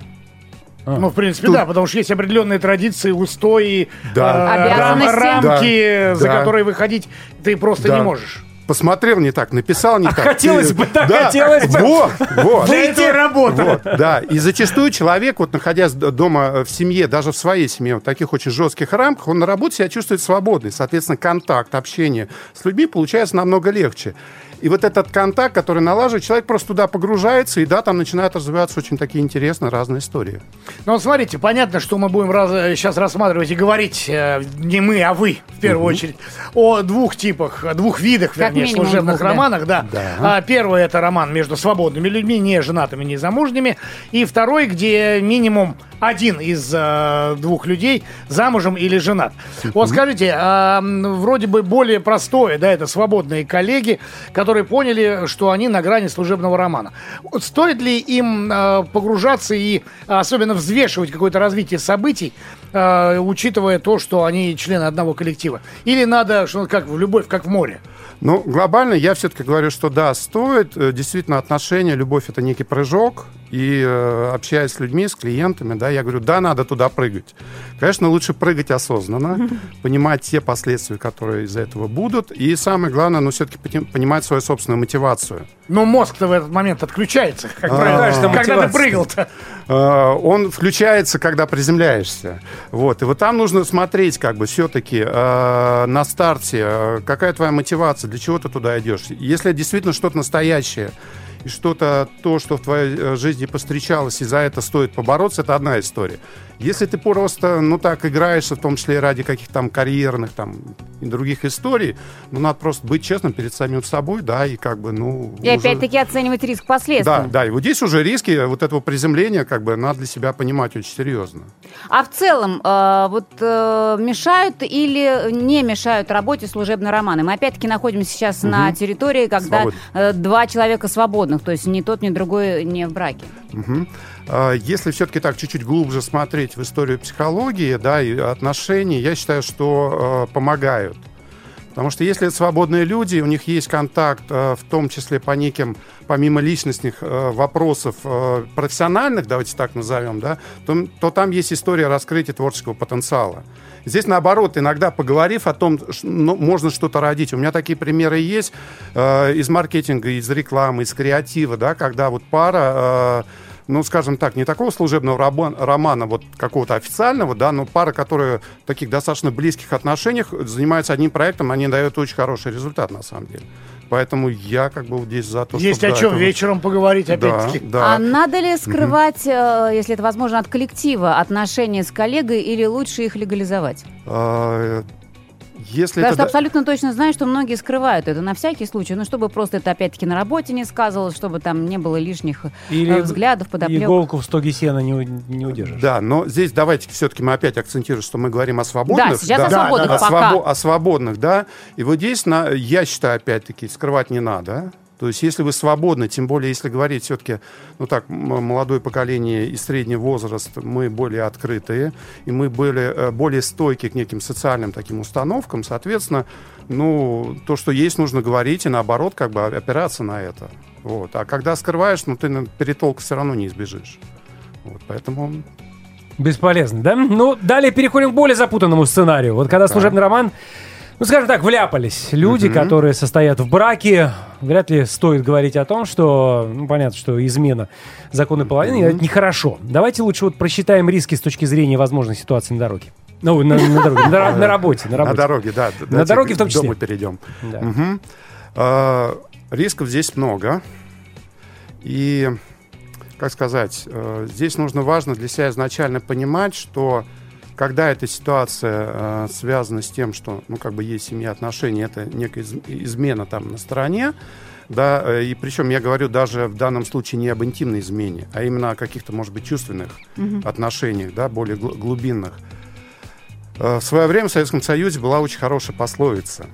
А. Ну, в принципе, Тут... да, потому что есть определенные традиции, устои, да. э, рам- рамки, да. за да. которые выходить ты просто да. не можешь. Посмотрел не так, написал не а так. Хотелось Ты... бы, так да. хотелось бы. Вот, вот. Для этого работа. Вот, да. И зачастую человек, вот находясь дома в семье, даже в своей семье, в таких очень жестких рамках, он на работе себя чувствует свободный. Соответственно, контакт, общение с людьми получается намного легче. И вот этот контакт, который налаживает, человек просто туда погружается, и да, там начинают развиваться очень такие интересные разные истории. Ну, вот смотрите, понятно, что мы будем раз, сейчас рассматривать и говорить, э, не мы, а вы, в первую uh-huh. очередь, о двух типах, двух видах, как вернее, служебных двух, романах. Да. Да. А, первый — это роман между свободными людьми, не женатыми, не замужними. И второй, где минимум один из э, двух людей замужем или женат. Uh-huh. Вот скажите, э, вроде бы более простое, да, это свободные коллеги, которые поняли, что они на грани служебного романа. Вот стоит ли им э, погружаться и особенно взвешивать какое-то развитие событий, э, учитывая то, что они члены одного коллектива? Или надо, что как в любовь, как в море? Ну, глобально я все-таки говорю, что да, стоит. Действительно, отношения, любовь — это некий прыжок. И э, общаясь с людьми, с клиентами, да, я говорю, да, надо туда прыгать. Конечно, лучше прыгать осознанно, понимать те последствия, которые из-за этого будут. И самое главное, ну, все-таки понимать свою собственную мотивацию. Но мозг-то в этот момент отключается, как правило, когда ты прыгал-то. он включается, когда приземляешься. Вот. И вот там нужно смотреть, как бы, все-таки э, на старте, э, какая твоя мотивация, для чего ты туда идешь. Если действительно что-то настоящее, и что-то, то, что в твоей жизни повстречалось, и за это стоит побороться, это одна история. Если ты просто, ну, так играешься, в том числе ради каких-то там карьерных там и других историй, ну, надо просто быть честным перед самим собой, да, и как бы, ну... И уже... опять-таки оценивать риск последствий. Да, да, и вот здесь уже риски вот этого приземления, как бы, надо для себя понимать очень серьезно. А в целом, э, вот э, мешают или не мешают работе служебные романы? Мы опять-таки находимся сейчас угу. на территории, когда э, два человека свободных, то есть ни тот, ни другой не в браке. Угу. Если все-таки так чуть-чуть глубже смотреть в историю психологии, да, и отношений, я считаю, что э, помогают. Потому что если это свободные люди, у них есть контакт, э, в том числе по неким, помимо личностных э, вопросов э, профессиональных, давайте так назовем, да, то, то там есть история раскрытия творческого потенциала. Здесь, наоборот, иногда поговорив о том, что, ну, можно что-то родить. У меня такие примеры есть э, из маркетинга, из рекламы, из креатива, да, когда вот пара... Э, ну, скажем так, не такого служебного романа, вот какого-то официального, да, но пара, которая в таких достаточно близких отношениях занимается одним проектом, они дают очень хороший результат, на самом деле. Поэтому я как бы здесь за то, что... Есть о чем это... вечером поговорить, опять-таки. Да, да. А надо ли скрывать, mm-hmm. если это возможно, от коллектива отношения с коллегой, или лучше их легализовать? Если Потому это... что абсолютно точно знаю, что многие скрывают это на всякий случай, ну, чтобы просто это опять-таки на работе не сказывалось, чтобы там не было лишних Или взглядов, подоплек. Иголку в стоге сена не, не удержишь. Да, но здесь давайте все-таки мы опять акцентируем, что мы говорим о свободных. Да, сейчас да, о свободных да, пока. О, свобо- о свободных, да. И вот здесь, на, я считаю, опять-таки, скрывать не надо. То есть, если вы свободны, тем более, если говорить все-таки, ну так, молодое поколение и средний возраст, мы более открытые, и мы более, более стойки к неким социальным таким установкам, соответственно, ну, то, что есть, нужно говорить, и наоборот, как бы опираться на это. Вот. А когда скрываешь, ну, ты перетолка все равно не избежишь. Вот, поэтому... Бесполезно, да? Ну, далее переходим к более запутанному сценарию. Вот когда служебный да. роман... Ну, скажем так, вляпались люди, mm-hmm. которые состоят в браке. Вряд ли стоит говорить о том, что, ну, понятно, что измена законной половины mm-hmm. – это нехорошо. Давайте лучше вот просчитаем риски с точки зрения возможной ситуации на дороге. Ну, на, на дороге, на, на работе, на работе. На дороге, да. На дороге в том числе. К дому перейдем. Да. Угу. А, рисков здесь много. И, как сказать, здесь нужно важно для себя изначально понимать, что когда эта ситуация э, связана с тем, что, ну, как бы есть семья, отношения, это некая из, измена там на стороне, да, э, и причем я говорю даже в данном случае не об интимной измене, а именно о каких-то, может быть, чувственных mm-hmm. отношениях, да, более гл- глубинных. Э, в свое время в Советском Союзе была очень хорошая пословица.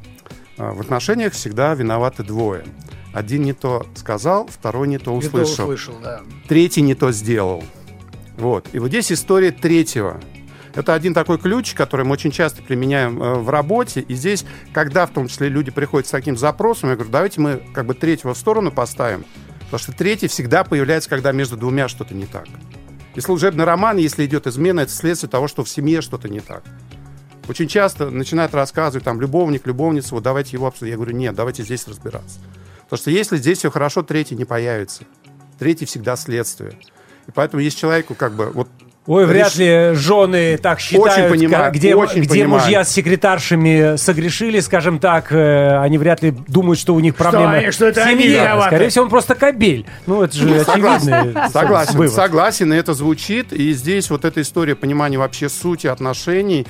Э, в отношениях всегда виноваты двое. Один не то сказал, второй не то услышал. Не то услышал, да. Третий не то сделал. Вот. И вот здесь история третьего. Это один такой ключ, который мы очень часто применяем э, в работе. И здесь, когда в том числе люди приходят с таким запросом, я говорю, давайте мы как бы третьего в сторону поставим. Потому что третий всегда появляется, когда между двумя что-то не так. И служебный роман, если идет измена, это следствие того, что в семье что-то не так. Очень часто начинают рассказывать, там, любовник, любовница, вот давайте его обсудим. Я говорю, нет, давайте здесь разбираться. Потому что если здесь все хорошо, третий не появится. Третий всегда следствие. И поэтому есть человеку как бы... вот Ой, вряд ли жены так считают, очень понимаю, где, очень где понимаю. мужья с секретаршами согрешили, скажем так, э, они вряд ли думают, что у них проблемы что, что это в они виноваты. Скорее всего, он просто кобель. Ну, это же очевидно. Согласен, согласен, и это звучит. И здесь вот эта история понимания вообще сути отношений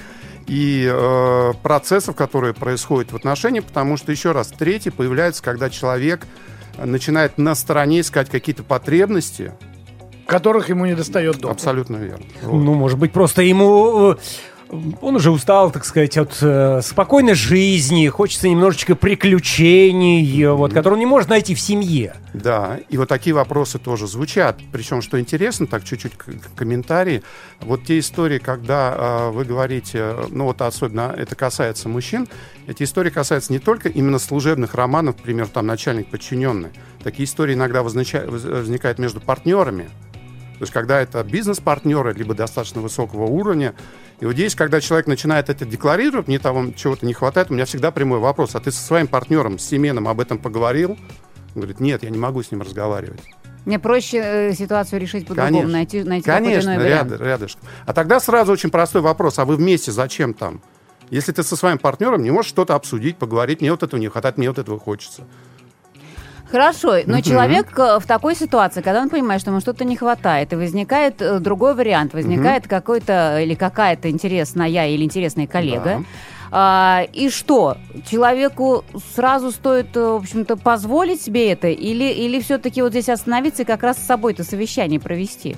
и э, процессов, которые происходят в отношениях, потому что, еще раз, третий появляется, когда человек начинает на стороне искать какие-то потребности, которых ему не достает дома. Абсолютно верно. Вот. Ну, может быть, просто ему... Он уже устал, так сказать, от э, спокойной жизни, хочется немножечко приключений, mm-hmm. вот, которые он не может найти в семье. Да, и вот такие вопросы тоже звучат. Причем, что интересно, так чуть-чуть комментарии. Вот те истории, когда э, вы говорите, ну вот особенно это касается мужчин, эти истории касаются не только именно служебных романов, например, там начальник-подчиненный. Такие истории иногда возникают, возникают между партнерами. То есть, когда это бизнес-партнеры, либо достаточно высокого уровня. И вот здесь, когда человек начинает это декларировать, мне там чего-то не хватает, у меня всегда прямой вопрос. А ты со своим партнером, с семейным об этом поговорил? Он говорит, нет, я не могу с ним разговаривать. Мне проще э, ситуацию решить по-другому, Конечно. найти, найти Конечно, какой-то иной вариант. ряд, рядышком. А тогда сразу очень простой вопрос. А вы вместе зачем там? Если ты со своим партнером не можешь что-то обсудить, поговорить, мне вот этого не хватает, мне вот этого хочется. Хорошо, но человек э, в такой ситуации, когда он понимает, что ему что-то не хватает, и возникает э, другой вариант, возникает какой-то или какая-то интересная или интересный коллега, Да. а, и что? Человеку сразу стоит, э, в общем-то, позволить себе это, или, или все-таки вот здесь остановиться и как раз с собой-то совещание провести?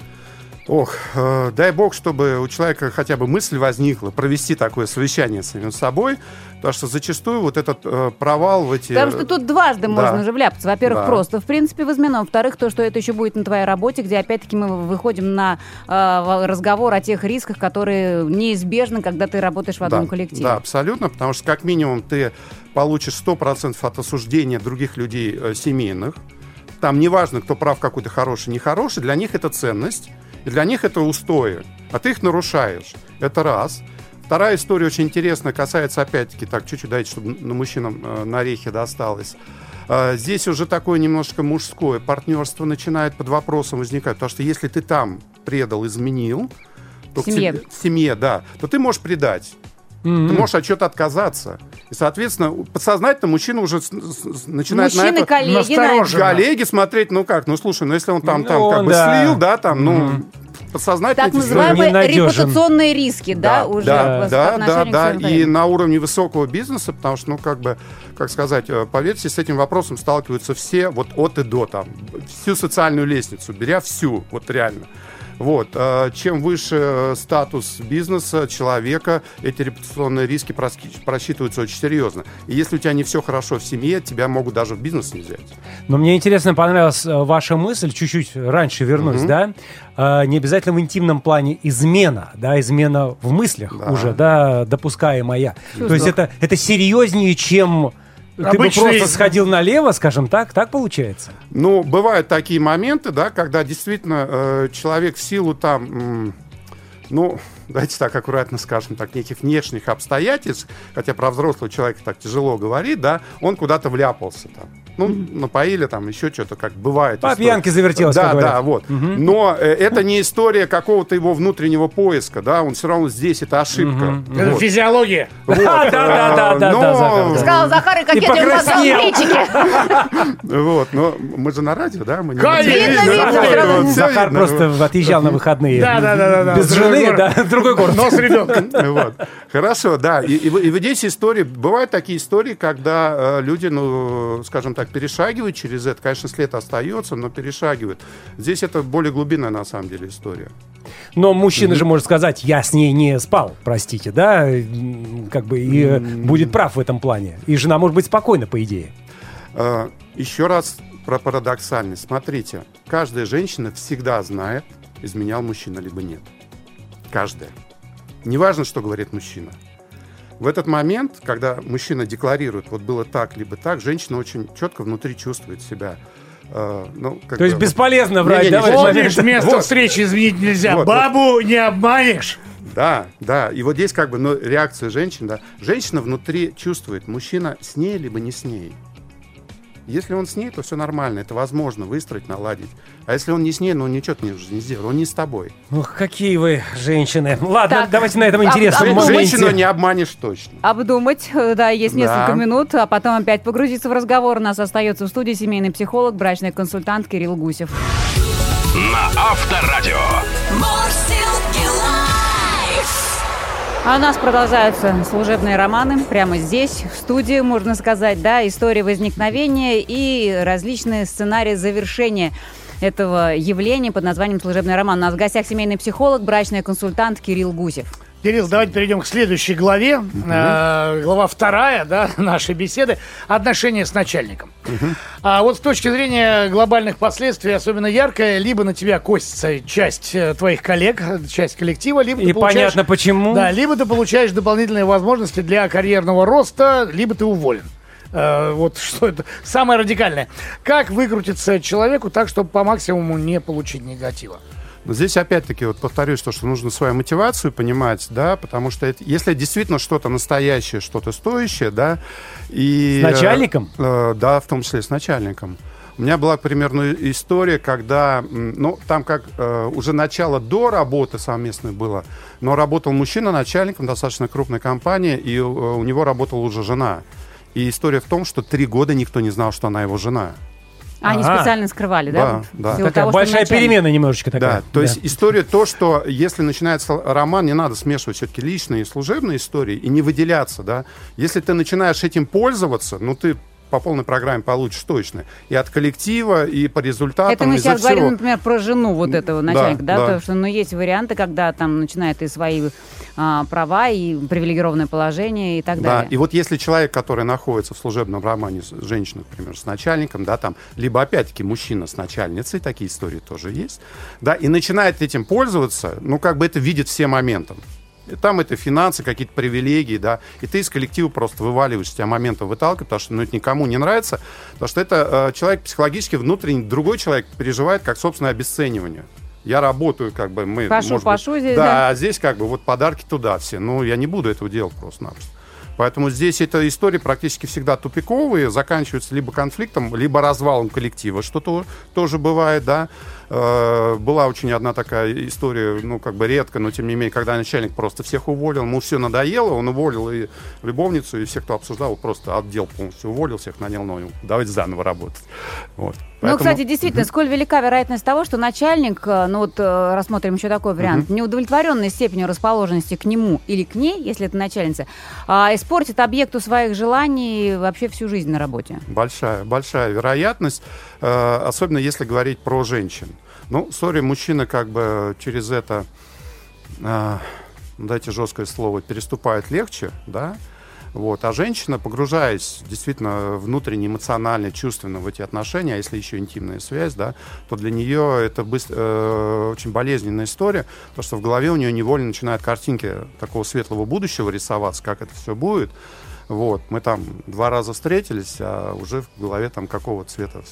Ох, э, дай бог, чтобы у человека хотя бы мысль возникла провести такое совещание с самим собой, потому что зачастую вот этот э, провал в эти... Потому что тут дважды Да. можно же вляпаться. Во-первых, Да. просто, в принципе, возьмено. Во-вторых, то, что это еще будет на твоей работе, где, опять-таки, мы выходим на э, разговор о тех рисках, которые неизбежны, когда ты работаешь в одном да, коллективе. Да, абсолютно, потому что как минимум ты получишь сто процентов от осуждения других людей э, семейных. Там неважно, кто прав какой-то хороший, нехороший, для них это ценность, и для них это устои, а ты их нарушаешь. Это раз. Вторая история очень интересная, касается, опять-таки, так, чуть-чуть дайте, чтобы на мужчинам э, на орехи досталось. Э, здесь уже такое немножко мужское партнерство начинает под вопросом возникать, потому что если ты там предал, изменил, то В семье. к тебе- в семье, да, то ты можешь предать. М-м. Ты можешь от чего-то отказаться. И, соответственно, подсознательно мужчина уже с- с- с- начинает на Мужчины, это... коллеги, настороженно. на- Коллеги смотреть, ну как, ну слушай, ну если он там, Ну, там как он, бы да. слил, да, там, ну, Мгм. подсознательно... так эти называемые Ненадежен. репутационные риски, да, уже да, в- да, по да, отношению да, к своим и коллегам. на уровне высокого бизнеса, потому что, ну, как бы, как сказать, э, поверьте, с этим вопросом сталкиваются все вот от и до, там, всю социальную лестницу, беря всю, вот реально. Вот. э, Чем выше э, статус бизнеса, человека, эти репутационные риски проски- просчитываются очень серьезно. И если у тебя не все хорошо в семье, тебя могут даже в бизнес не взять. Но мне интересно, понравилась э, ваша мысль, чуть-чуть раньше вернусь, Мгм. да? Э, не обязательно в интимном плане измена, да, измена в мыслях Да. уже, да, допускаемая. То есть это, это серьезнее, чем ты бы Обычный- просто сходил налево, скажем так, так получается? Ну, бывают такие моменты, да, когда действительно э, человек в силу там, м, ну, давайте так аккуратно скажем, так, неких внешних обстоятельств, хотя про взрослого человека так тяжело говорить, да, он куда-то вляпался там. Ну, напоили там, еще что-то, как бывает. По история. пьянке завертелось, Да, как говорят. да, вот. Но э, это не история какого-то его внутреннего поиска, да, он все равно здесь, это ошибка. Это Вот. физиология. Вот, Да, да, да, да, э, да, но- да, Захар, да. Сказал Захар и кокетливо показал покраснел. плечики. Вот, но мы же на радио, да? Мы не Конечно, на телевидении. видно, Вот, видно, вот, сразу. всё Захар видно. просто отъезжал на выходные. Да, да, да, да, да. Без В другой жены, город. да, в другой город. Но с ребенком. Вот. Хорошо, да. И, и, в- и в здесь истории, бывают такие истории, когда э, люди, ну, скажем так, перешагивают через это. Конечно, след остается, но перешагивают. Здесь это более глубинная, на самом деле, история. Но мужчина же может сказать, я с ней не спал, простите, да, м, как бы и э, будет прав в этом плане. И жена может быть спокойна, по идее. Э, еще раз про парадоксальность. Смотрите, каждая женщина всегда знает, изменял мужчина либо нет. Каждая. Неважно, что говорит мужчина. В этот момент, когда мужчина декларирует, вот было так, либо так, женщина очень четко внутри чувствует себя. э, ну, как То есть бы- бесполезно врать, Не-не-не, да, в этот Помнишь, момент? место Вот. встречи изменить нельзя. Вот, Бабу не обманешь. Да, да. И вот здесь как бы ну, реакция женщин, да. Женщина внутри чувствует, мужчина с ней либо не с ней. Если он с ней, то все нормально, это возможно выстроить, наладить. А если он не с ней, ну ничего ты не, не сделал, он не с тобой. Ох, какие вы женщины. Ладно, Так, давайте на этом а- интересном а- моменте. Женщину не обманешь точно. Обдумать, э, да, есть несколько Да. минут, а потом опять погрузиться в разговор. У нас остается в студии семейный психолог, брачный консультант Кирилл Гусев. На Авторадио. Мурзилки лайф. А у нас продолжаются служебные романы прямо здесь, в студии, можно сказать, да, истории возникновения и различные сценарии завершения этого явления под названием служебный роман. У нас в гостях семейный психолог, брачный консультант Кирилл Гусев. Кирилл, давайте перейдем к следующей главе. Э, глава вторая, да, нашей беседы. Отношения с начальником. А вот с точки зрения глобальных последствий особенно яркое, либо на тебя косится часть э, твоих коллег, часть коллектива, либо И ты получаешь... понятно почему. Да, либо ты получаешь дополнительные возможности для карьерного роста, либо ты уволен. Э, вот что это самое радикальное. Как выкрутиться человеку так, чтобы по максимуму не получить негатива? Но здесь опять-таки вот повторюсь, то, что нужно свою мотивацию понимать, да, потому что это, если действительно что-то настоящее, что-то стоящее, да, и... С начальником? э, э, да, в том числе с начальником. У меня была, к примеру, история, когда, ну, там как э, уже начало до работы совместной было, но работал мужчина начальником достаточно крупной компании, и э, у него работала уже жена. И история в том, что три года никто не знал, что она его жена. А они Ага. специально скрывали, да? Да, да. В силу Такая того, что большая начальник- перемена немножечко такая. Да, то есть история то, что если начинается роман, не надо смешивать все-таки личные и служебные истории и не выделяться, да. Если ты начинаешь этим пользоваться, ну ты по полной программе получишь точно. И от коллектива, и по результатам, Это мы из-за сейчас всего. говорим, например, про жену вот этого начальника, да, да. потому что, ну, есть варианты, когда там начинает и свои а, права, и привилегированное положение, и так Да, далее. и вот если человек, который находится в служебном романе с женщиной, например, с начальником, да, там, либо опять-таки мужчина с начальницей, такие истории тоже есть, да, и начинает этим пользоваться, ну, как бы это видит все моментом. И там это финансы, какие-то привилегии, да, и ты из коллектива просто вываливаешь, тебя моментом выталкивают, потому что ну, это никому не нравится, потому что это э, человек психологически внутренний, другой человек переживает как собственное обесценивание. Я работаю, как бы мы... Пашу, может пашу быть, здесь, да, да. а здесь как бы вот подарки туда все. Ну, я не буду этого делать просто-напросто. Поэтому здесь эта история практически всегда тупиковые, заканчиваются либо конфликтом, либо развалом коллектива, что то, тоже бывает, да. Э, была очень одна такая история, ну, как бы редко, но тем не менее, когда начальник просто всех уволил, ему все надоело, он уволил и любовницу, и всех, кто обсуждал, просто отдел полностью уволил, всех нанял новую. Давайте заново работать. Вот. Ну, Поэтому- кстати, действительно, сколь велика вероятность того, что начальник, э, ну вот э, рассмотрим еще такой вариант, неудовлетворенной степенью расположенности к нему или к ней, если это начальница, а, испортит объекту своих желаний вообще всю жизнь на работе. Большая, большая вероятность, э, особенно если говорить про женщин. Ну, сори, мужчина как бы через это, э, дайте жесткое слово, переступает легче, да, вот. А женщина, погружаясь действительно внутренне, эмоционально, чувственно в эти отношения, а если еще интимная связь, да, то для нее это быстро, э, очень болезненная история, потому что в голове у нее невольно начинают картинки такого светлого будущего рисоваться, как это все будет. Вот. Мы там два раза встретились, а уже в голове там какого цвета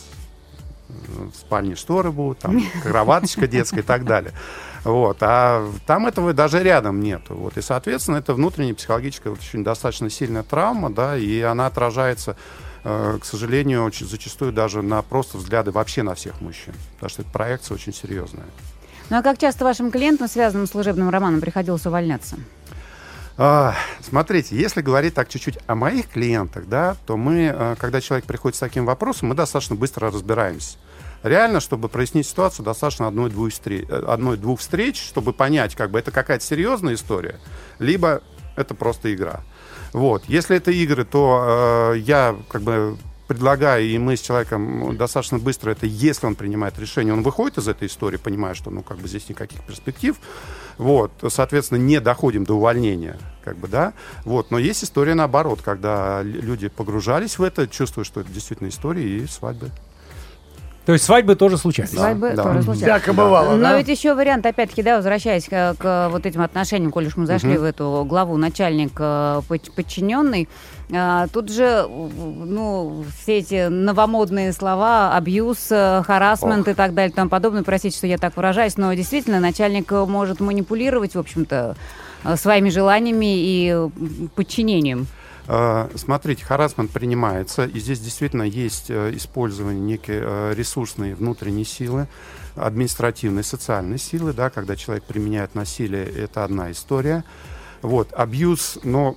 в спальне шторы будут, там кроваточка детская и так далее. Вот. А там этого даже рядом нету. Вот. И, соответственно, это внутренняя психологическая вот, очень достаточно сильная травма, да, и она отражается, э, к сожалению, очень, зачастую даже на просто взгляды вообще на всех мужчин. Потому что эта проекция очень серьезная. Ну а как часто вашим клиентам, связанным с служебным романом, приходилось увольняться? А, смотрите, если говорить так чуть-чуть о моих клиентах, да, то мы, э, когда человек приходит с таким вопросом, мы достаточно быстро разбираемся. Реально, чтобы прояснить ситуацию, достаточно одной-двух встреч, одной-двух встреч, чтобы понять, как бы это какая-то серьезная история, либо это просто игра. Вот. Если это игры, то э, я как бы предлагаю, и мы с человеком достаточно быстро это, если он принимает решение, он выходит из этой истории, понимая, что ну как бы здесь никаких перспектив, вот, соответственно, не доходим до увольнения, как бы, да, вот, но есть история наоборот, когда люди погружались в это, чувствуя, что это действительно история и свадьбы. То есть свадьбы тоже случаются. Свадьбы да. тоже случаются. Всяко бывало, Но да? ведь еще вариант, опять-таки, да, возвращаясь к, к вот этим отношениям, коль уж мы зашли в эту главу начальник-подчиненный, тут же, ну, все эти новомодные слова, абьюз, харассмент и так далее, и тому подобное, простите, что я так выражаюсь, но действительно начальник может манипулировать, в общем-то, своими желаниями и подчинением. Смотрите, харассмент принимается, и здесь действительно есть использование некой ресурсной внутренней силы, административной, социальной силы, да, когда человек применяет насилие, это одна история. Вот, абьюз, но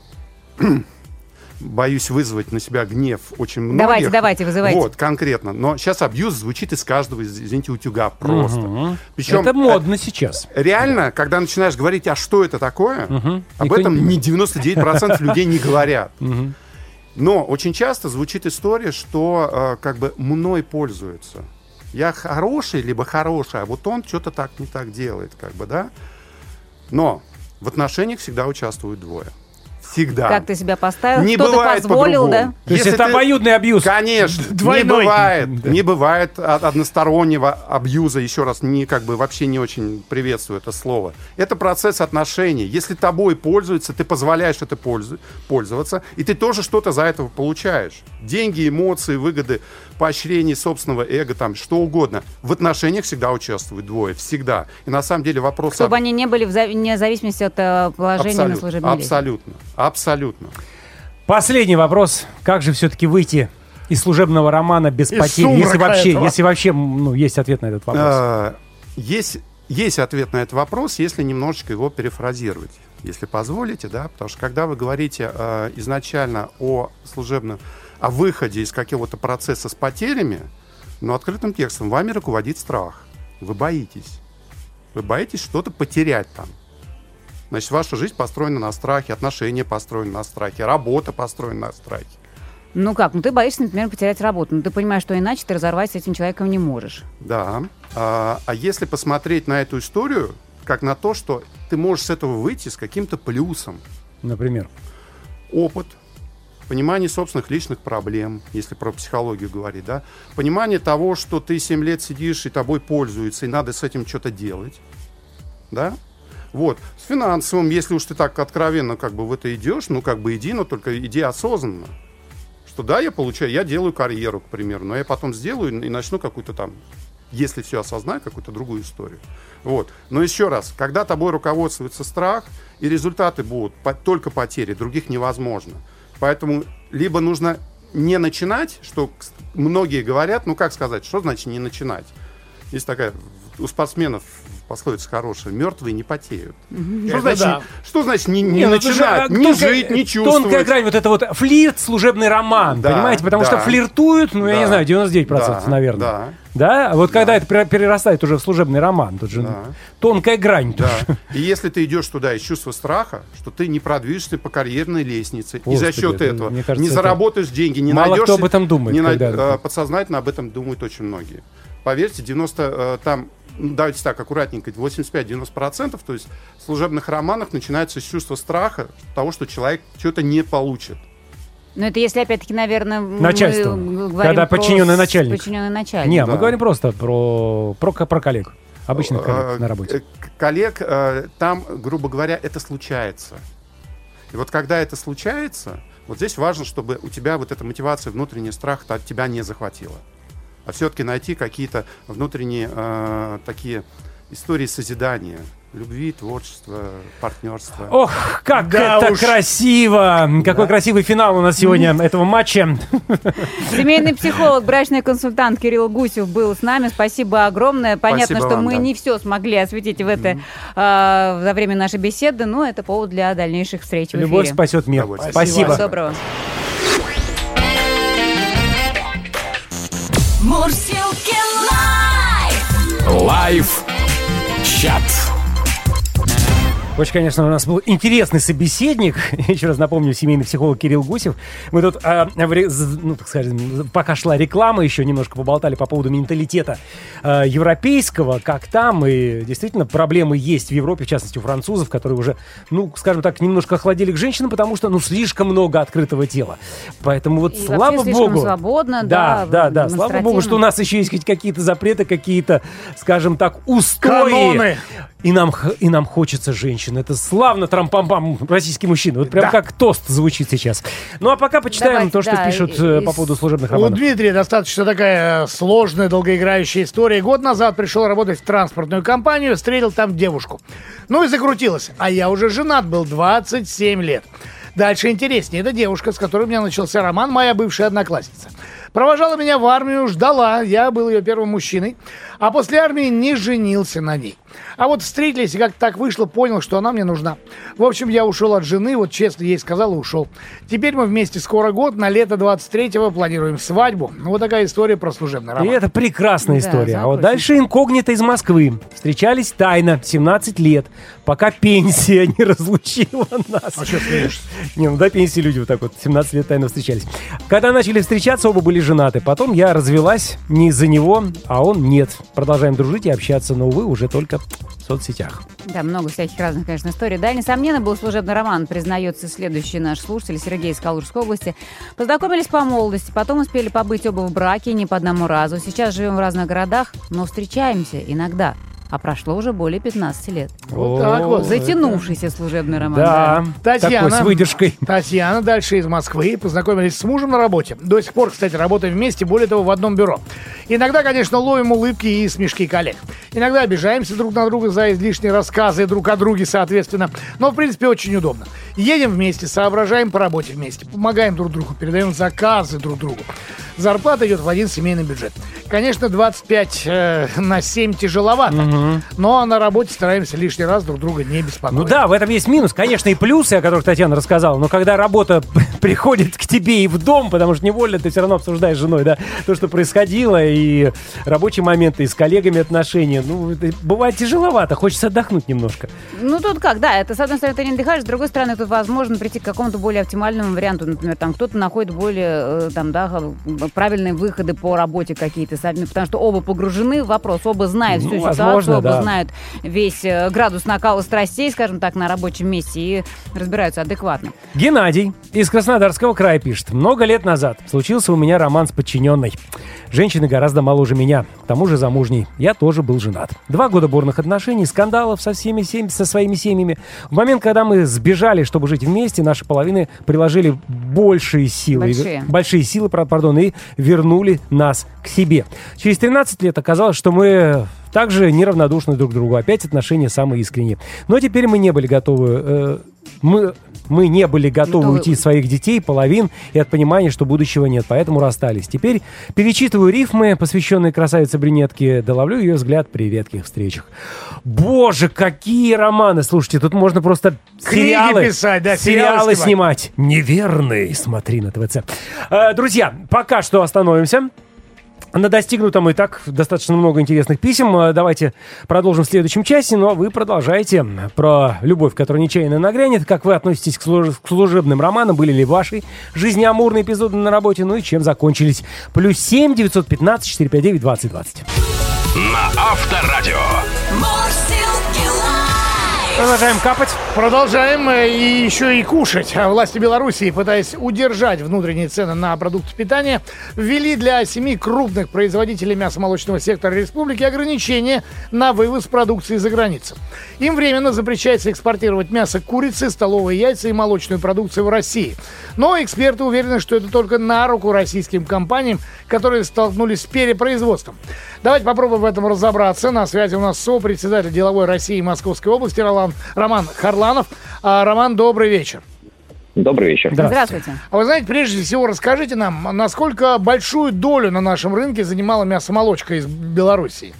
боюсь вызвать на себя гнев очень многих. Давайте, давайте, вызывайте. Вот, конкретно. Но сейчас абьюз звучит из каждого, извините, утюга просто. Мгм. Причем, Это модно сейчас. реально, когда начинаешь говорить, а что это такое, Мгм. об Никто этом не не девяносто девять процентов людей не говорят. Мгм. Но очень часто звучит история, что э, как бы мной пользуются. Я хороший, либо хороший, а вот он что-то так не так делает, как бы, да. Но в отношениях всегда участвуют двое. Всегда. Как ты себя поставил, Не что ты бывает позволил, да? по-другому. То есть Если это ты- обоюдный абьюз. Конечно, не Двойной. бывает, не бывает од- одностороннего абьюза, еще раз, не, как бы вообще не очень приветствую это слово. Это процесс отношений. Если тобой пользуются, ты позволяешь это пользу- пользоваться, и ты тоже что-то за это получаешь. Деньги, эмоции, выгоды, поощрение собственного эго, там, что угодно. В отношениях всегда участвуют двое, всегда. И на самом деле вопрос... Чтобы об- они не были вне вне зависимости от э, положения на абсолютно, служебной лестнице. абсолютно, абсолютно. Последний вопрос. Как же все-таки выйти из служебного романа без Из потерь? Если сумрака вообще, этого. если вообще ну, есть ответ на этот вопрос. А, Есть, есть ответ на этот вопрос, если немножечко его перефразировать, если позволите, да, потому что когда вы говорите э, изначально о служебном, о выходе из какого-то процесса с потерями, но открытым текстом вами руководит страх. Вы боитесь. Вы боитесь что-то потерять там. Значит, ваша жизнь построена на страхе, отношения построены на страхе, работа построена на страхе. Ну как, ну ты боишься, например, потерять работу, но ты понимаешь, что иначе ты разорвать с этим человеком не можешь. Да. А, а если посмотреть на эту историю, как на то, что ты можешь с этого выйти с каким-то плюсом. Например. Опыт, понимание собственных личных проблем, если про психологию говорить, да, понимание того, что ты семь лет сидишь и тобой пользуются, и надо с этим что-то делать, да. Вот. С финансовым, если уж ты так откровенно как бы в это идешь, ну как бы иди, но только иди осознанно. Что да, я получаю, я делаю карьеру, к примеру, но я потом сделаю и начну какую-то там, если все осознаю, какую-то другую историю. Вот. Но еще раз, когда тобой руководствуется страх, и результаты будут по- только потери, других невозможно. Поэтому либо нужно не начинать, что многие говорят, ну как сказать, что значит не начинать? Есть такая у спортсменов пословица хорошая: мертвые не потеют. Что, Это значит, да. что значит не, не Не, ну это же, начинать, а, не тонкая- жить, не чувствовать? Тонкая грань, вот это вот флирт, служебный роман, Да, понимаете? Потому да. что флиртуют, ну, я Да. не знаю, девяносто девять процентов, Да, наверное. да. Да? А вот когда это пере- перерастает уже в служебный роман, тут же Да. тонкая грань. Да. И если ты идешь туда из чувства страха, что ты не продвижешься по карьерной лестнице, и за Господи, счет это, этого мне кажется, не это- заработаешь деньги, не Мало найдешь... кто об этом думает, не най- когда это- э, Подсознательно об этом думают очень многие. Поверьте, девяносто э, там, ну, давайте так, аккуратненько, восемьдесят пять - девяносто процентов, то есть в служебных романах начинается с чувства страха того, что человек что-то не получит. Но это если, опять-таки, наверное, мы Начальство. говорим Когда про подчиненный с- начальник. Подчиненный начальник. Не, Да. мы говорим просто про, про, ко- про коллег. Обычных коллег Э, на работе. э, к- Коллег, э, там, грубо говоря, это случается. И вот когда это случается, вот здесь важно, чтобы у тебя вот эта мотивация, внутренний страх от тебя не захватила. А все-таки найти какие-то внутренние э, такие истории созидания, любви, творчества, партнерства. Ох, как Да это уж. красиво! Какой красивый финал у нас сегодня этого матча. Семейный психолог, брачный консультант Кирилл Гусев был с нами. Спасибо огромное. Понятно, Спасибо что вам, мы да. не все смогли осветить в это а, за время нашей беседы, но это повод для дальнейших встреч в Любовь эфире. спасет мир. Удовольствие. Спасибо. Всего доброго. Мурзилки лайф. Лайф чат. Очень, конечно, у нас был интересный собеседник. Еще раз напомню, семейный психолог Кирилл Гусев. Мы тут, а, в ре- з- ну, так скажем, пока шла реклама, еще немножко поболтали по поводу менталитета а, европейского, как там. И действительно, проблемы есть в Европе, в частности, у французов, которые уже, ну, скажем так, немножко охладили к женщинам, потому что, ну, слишком много открытого тела. Поэтому вот, И слава вообще слишком богу... свободно, да, да, да, да. Слава богу, что у нас еще есть хоть какие-то запреты, какие-то, скажем так, устои. Каноны. И нам, х- и нам хочется женщин. Это славно, трам-пам-пам, российский мужчина. Вот прям Да. как тост звучит сейчас. Ну, а пока почитаем Давайте, то, что да, пишут и- э, и по с- поводу служебных У романов. Дмитрия достаточно такая сложная, долгоиграющая история. Год назад пришел работать в транспортную компанию, встретил там девушку. Ну и закрутилось. А я уже женат был двадцать семь лет. Дальше интереснее. Это девушка, с которой у меня начался роман, моя бывшая одноклассница. Провожала меня в армию, ждала. Я был ее первым мужчиной. А после армии не женился на ней. А вот встретились, и как так вышло, понял, что она мне нужна. В общем, я ушел от жены, вот честно ей сказал и ушел. Теперь мы вместе скоро год, на лето двадцать третьего планируем свадьбу. Ну, вот такая история про служебный И роман. это прекрасная Да, история. А вот запустим. дальше инкогнито из Москвы. Встречались тайно, семнадцать лет, пока пенсия не разлучила нас. А что смеешься? Не, ну до пенсии люди вот так вот семнадцать лет тайно встречались. Когда начали встречаться, оба были женаты. Потом я развелась не из-за него, а он нет. Продолжаем дружить и общаться, но, увы, уже только в соцсетях. Да, много всяких разных, конечно, историй. Да, несомненно, был служебный роман, признается следующий наш слушатель Сергей из Калужской области. Познакомились по молодости, потом успели побыть оба в браке не по одному разу. Сейчас живем в разных городах, но встречаемся иногда. А прошло уже более пятнадцати лет. Вот так вот. Затянувшийся служебный роман. Да, Татьяна, такой с выдержкой. Татьяна дальше из Москвы. Познакомились с мужем на работе. До сих пор, кстати, работаем вместе, более того, в одном бюро. Иногда, конечно, ловим улыбки и смешки коллег. Иногда обижаемся друг на друга за излишние рассказы друг о друге, соответственно. Но, в принципе, очень удобно. Едем вместе, соображаем по работе вместе, помогаем друг другу, передаем заказы друг другу. Зарплата идет в один семейный бюджет. Конечно, двадцать пять э, на семь тяжеловато, угу. но на работе стараемся лишний раз друг друга не беспокоить. Ну да, в этом есть минус. Конечно, и плюсы, о которых Татьяна рассказала, но когда работа приходит к тебе и в дом, потому что невольно ты все равно обсуждаешь с женой, да, то, что происходило, и рабочие моменты, и с коллегами отношения, ну, бывает тяжеловато, хочется отдохнуть немножко. Ну, тут как, да, это, с одной стороны, ты не отдыхаешь, с другой стороны, тут возможно прийти к какому-то более оптимальному варианту. Например, там кто-то находит более, там, да, правильные выходы по работе какие-то, потому что оба погружены в вопрос, оба знают ну, всю возможно, ситуацию, оба да. знают весь градус накала страстей, скажем так, на рабочем месте и разбираются адекватно. Геннадий из Краснодарского края пишет. Много лет назад случился у меня роман с подчиненной. Женщина гораздо моложе меня, к тому же замужней. Я тоже был женат. Два года бурных отношений, скандалов со всеми семь, со своими семьями. В момент, когда мы сбежали, чтобы жить вместе, наши половины приложили большие силы. Большие. Большие силы, пардон, и вернули нас к себе. Через тринадцать лет оказалось, что мы также неравнодушны друг к другу. Опять отношения самые искренние. Но теперь мы не были готовы... Э, мы... Мы не были готовы Готовы. уйти из своих детей, половин, и от понимания, что будущего нет, поэтому расстались. Теперь перечитываю рифмы, посвященные красавице-брюнетке, да ловлю ее взгляд при редких встречах. Боже, какие романы! Слушайте, тут можно просто Книги сериалы, писать, да, сериалы сериалы снимать. Неверный, смотри на ТВЦ. Э, друзья, пока что остановимся. На достигнутом и так достаточно много интересных писем. Давайте продолжим в следующем часе. Но вы продолжаете про любовь, которая нечаянно нагрянет. Как вы относитесь к, служ... к служебным романам? Были ли в вашей жизни амурные эпизоды на работе? Ну и чем закончились? Плюс семь девятьсот пятнадцать четыреста пятьдесят девять двадцать двадцать. На Авторадио. Продолжаем капать. Продолжаем и еще и кушать. Власти Белоруссии, пытаясь удержать внутренние цены на продукты питания, ввели для семи крупных производителей мясомолочного сектора республики ограничения на вывоз продукции за границу. Им временно запрещается экспортировать мясо курицы, столовые яйца и молочную продукцию в России. Но эксперты уверены, что это только на руку российским компаниям, которые столкнулись с перепроизводством. Давайте попробуем в этом разобраться. На связи у нас сопредседатель деловой России и Московской области Роман, Роман Харланов. А, Роман, добрый вечер. Добрый вечер. Здравствуйте. А вы знаете, прежде всего расскажите нам, насколько большую долю на нашем рынке занимала мясомолочка из Белоруссии?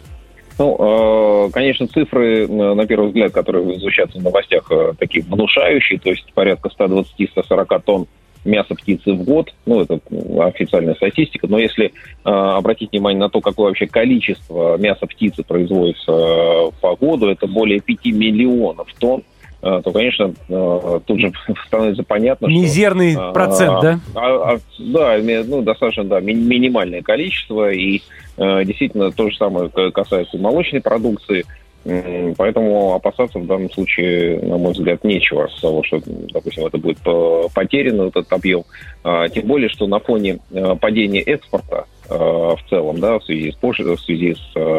Ну, конечно, цифры, на первый взгляд, которые звучат в новостях, такие внушающие, то есть порядка сто двадцать - сто сорок тонн мяса птицы в год, ну, это официальная статистика, но если э, обратить внимание на то, какое вообще количество мяса птицы производится э, по году, это более пяти миллионов тонн, э, то, конечно, э, тут же становится понятно, мизерный что... Мизерный процент, э, да? А, а, да, ну, достаточно, да, ми- минимальное количество, и э, действительно то же самое касается и молочной продукции. Поэтому опасаться в данном случае, на мой взгляд, нечего с того, что, допустим, это будет потерян этот объем. Тем более, что на фоне падения экспорта в целом, да, в связи с, в связи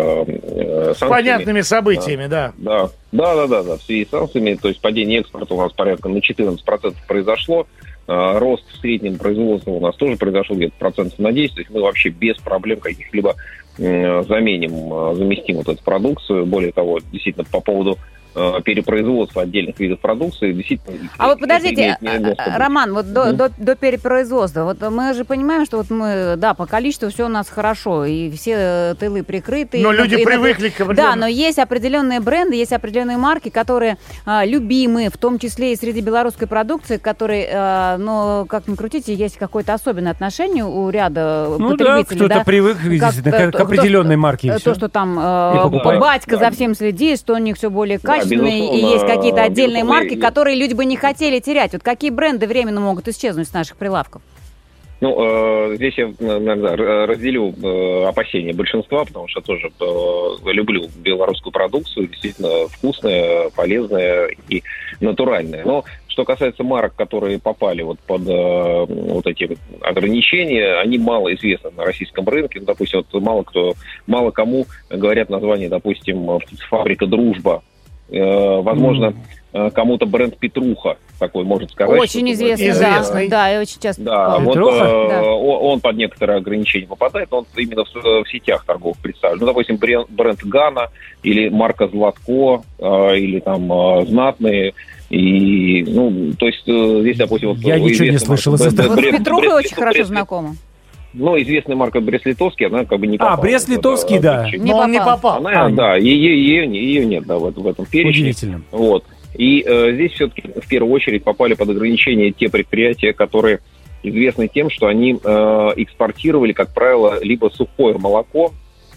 с санкциями. Понятными событиями, да. Да, да, да, да, да, в связи с санкциями, то есть падение экспорта у нас порядка на четырнадцать процентов произошло. Рост в среднем производства у нас тоже произошел где-то процентов на десять. То есть мы вообще без проблем каких-либо заменим, заместим вот эту продукцию. Более того, действительно, по поводу перепроизводства отдельных видов продукции, действительно... А вот подождите, Роман, вот до, mm-hmm. до, до перепроизводства, вот мы же понимаем, что вот мы, да, по количеству все у нас хорошо, и все тылы прикрыты. Но и, люди и, привыкли к Да, но есть определенные бренды, есть определенные марки, которые а, любимы, в том числе и среди белорусской продукции, которые, а, ну, как ни крутите, есть какое-то особенное отношение у ряда ну потребителей. Да, кто-то да? привык как, к, к определенной то, марке. То, все. что там а, батька да. за всем следит, что у них все более качественно. И есть какие-то отдельные марки, и... которые люди бы не хотели терять. Вот какие бренды временно могут исчезнуть с наших прилавков? Ну, э, здесь я, наверное, разделю э, опасения большинства, потому что тоже э, люблю белорусскую продукцию, действительно вкусная, полезная и натуральная. Но что касается марок, которые попали вот под э, вот эти ограничения, они мало известны на российском рынке. Ну, допустим, вот мало кто, мало кому говорят название, допустим, птицефабрика «Дружба». Э, возможно, mm. кому-то бренд «Петруха» такой может сказать. Очень известный, известный. да. Да, я очень часто Да, вот, Петруха? э, Да. он, он под некоторые ограничения попадает, но он именно в, в сетях торговых представлен. Ну, допустим, бренд, бренд «Гана» или марка «Златко», э, или там э, «Знатные». И, ну, то есть, э, здесь, допустим... Вот, Я ничего не слышал из этого. Вот с Петрухой очень хорошо знакома. Ну, известная марка Брест-Литовский, она как бы не попала. А, Брест-Литовский, да. Не Но он не попал. попал. Она, А, да, ее, ее, ее нет, да, в, в этом перечне. Удивительно. Вот. И э, здесь все-таки в первую очередь попали под ограничения те предприятия, которые известны тем, что они э, экспортировали, как правило, либо сухое молоко,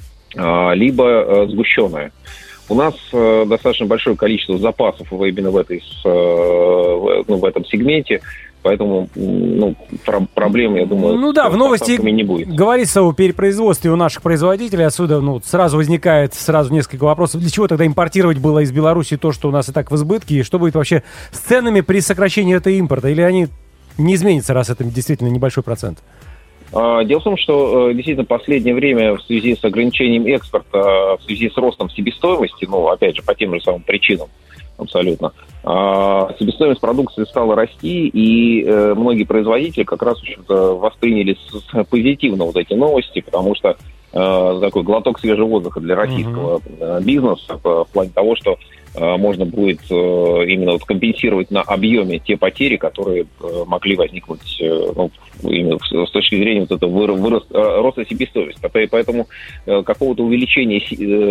э, либо э, сгущенное. У нас э, достаточно большое количество запасов именно в, этой, э, в, ну, в этом сегменте, поэтому ну, про- проблем, я думаю, Ну да, в новости не будет. говорится о перепроизводстве у наших производителей. Отсюда ну, сразу возникает сразу несколько вопросов. Для чего тогда импортировать было из Беларуси то, что у нас и так в избытке? И что будет вообще с ценами при сокращении этого импорта? Или они не изменятся, раз это действительно небольшой процент? Дело в том, что действительно в последнее время в связи с ограничением экспорта, в связи с ростом себестоимости, ну, опять же, по тем же самым причинам, абсолютно, себестоимость продукции стала расти, и многие производители как раз восприняли с позитивно вот эти новости, потому что такой глоток свежего воздуха для российского uh-huh. бизнеса в плане того, что можно будет именно вот компенсировать на объеме те потери, которые могли возникнуть ну, именно с точки зрения вот этого вырост, роста себестоимости. Поэтому какого-то увеличения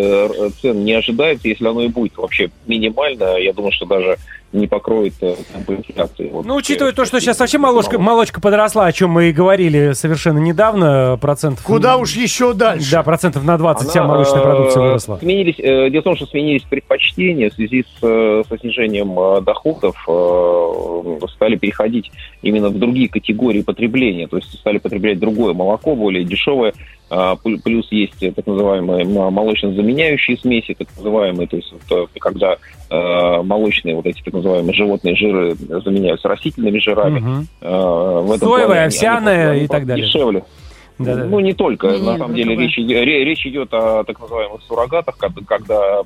цен не ожидается. Если оно и будет вообще минимально, я думаю, что даже не покроет темпы инфляции. Вот, ну, учитывая то, что сейчас вообще молочка, молочка подросла, о чем мы и говорили совершенно недавно, процентов... Куда уж еще дальше? Да, процентов на двадцать Она, вся молочная продукция выросла. Сменились, дело в том, что сменились предпочтения в связи с, со снижением доходов, стали переходить именно в другие категории потребления, то есть стали потреблять другое молоко, более дешевое, плюс есть так называемые молочно-заменяющие смеси, так называемые, то есть вот, когда молочные вот эти так называемые животные жиры заменяются растительными жирами. Угу. Соевая, овсяная и так далее. Дешевле. Да, да. Ну, не только. Не, на не, самом ну, деле другое. речь, речь идет о так называемых суррогатах, когда, когда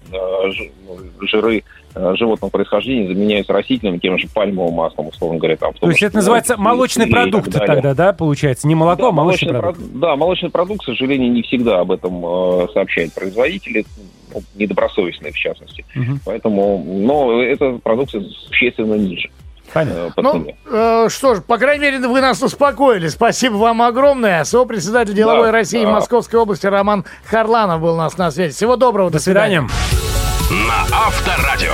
жиры животного происхождения заменяются растительным, тем же пальмовым маслом, условно говоря. Там, то есть это называется молочный продукт тогда, да, получается? Не молоко, да, а молочный молочный продукт. Про... Да, молочный продукт, к сожалению, не всегда об этом э, сообщают производители, ну, недобросовестные в частности. Угу. Поэтому, но эта продукция существенно ниже. Понятно. Ну, э, что ж, по крайней мере, вы нас успокоили. Спасибо вам огромное. Сопредседатель деловой да, России да. Московской области Роман Харланов был у нас на связи. Всего доброго. До свидания. На Авторадио.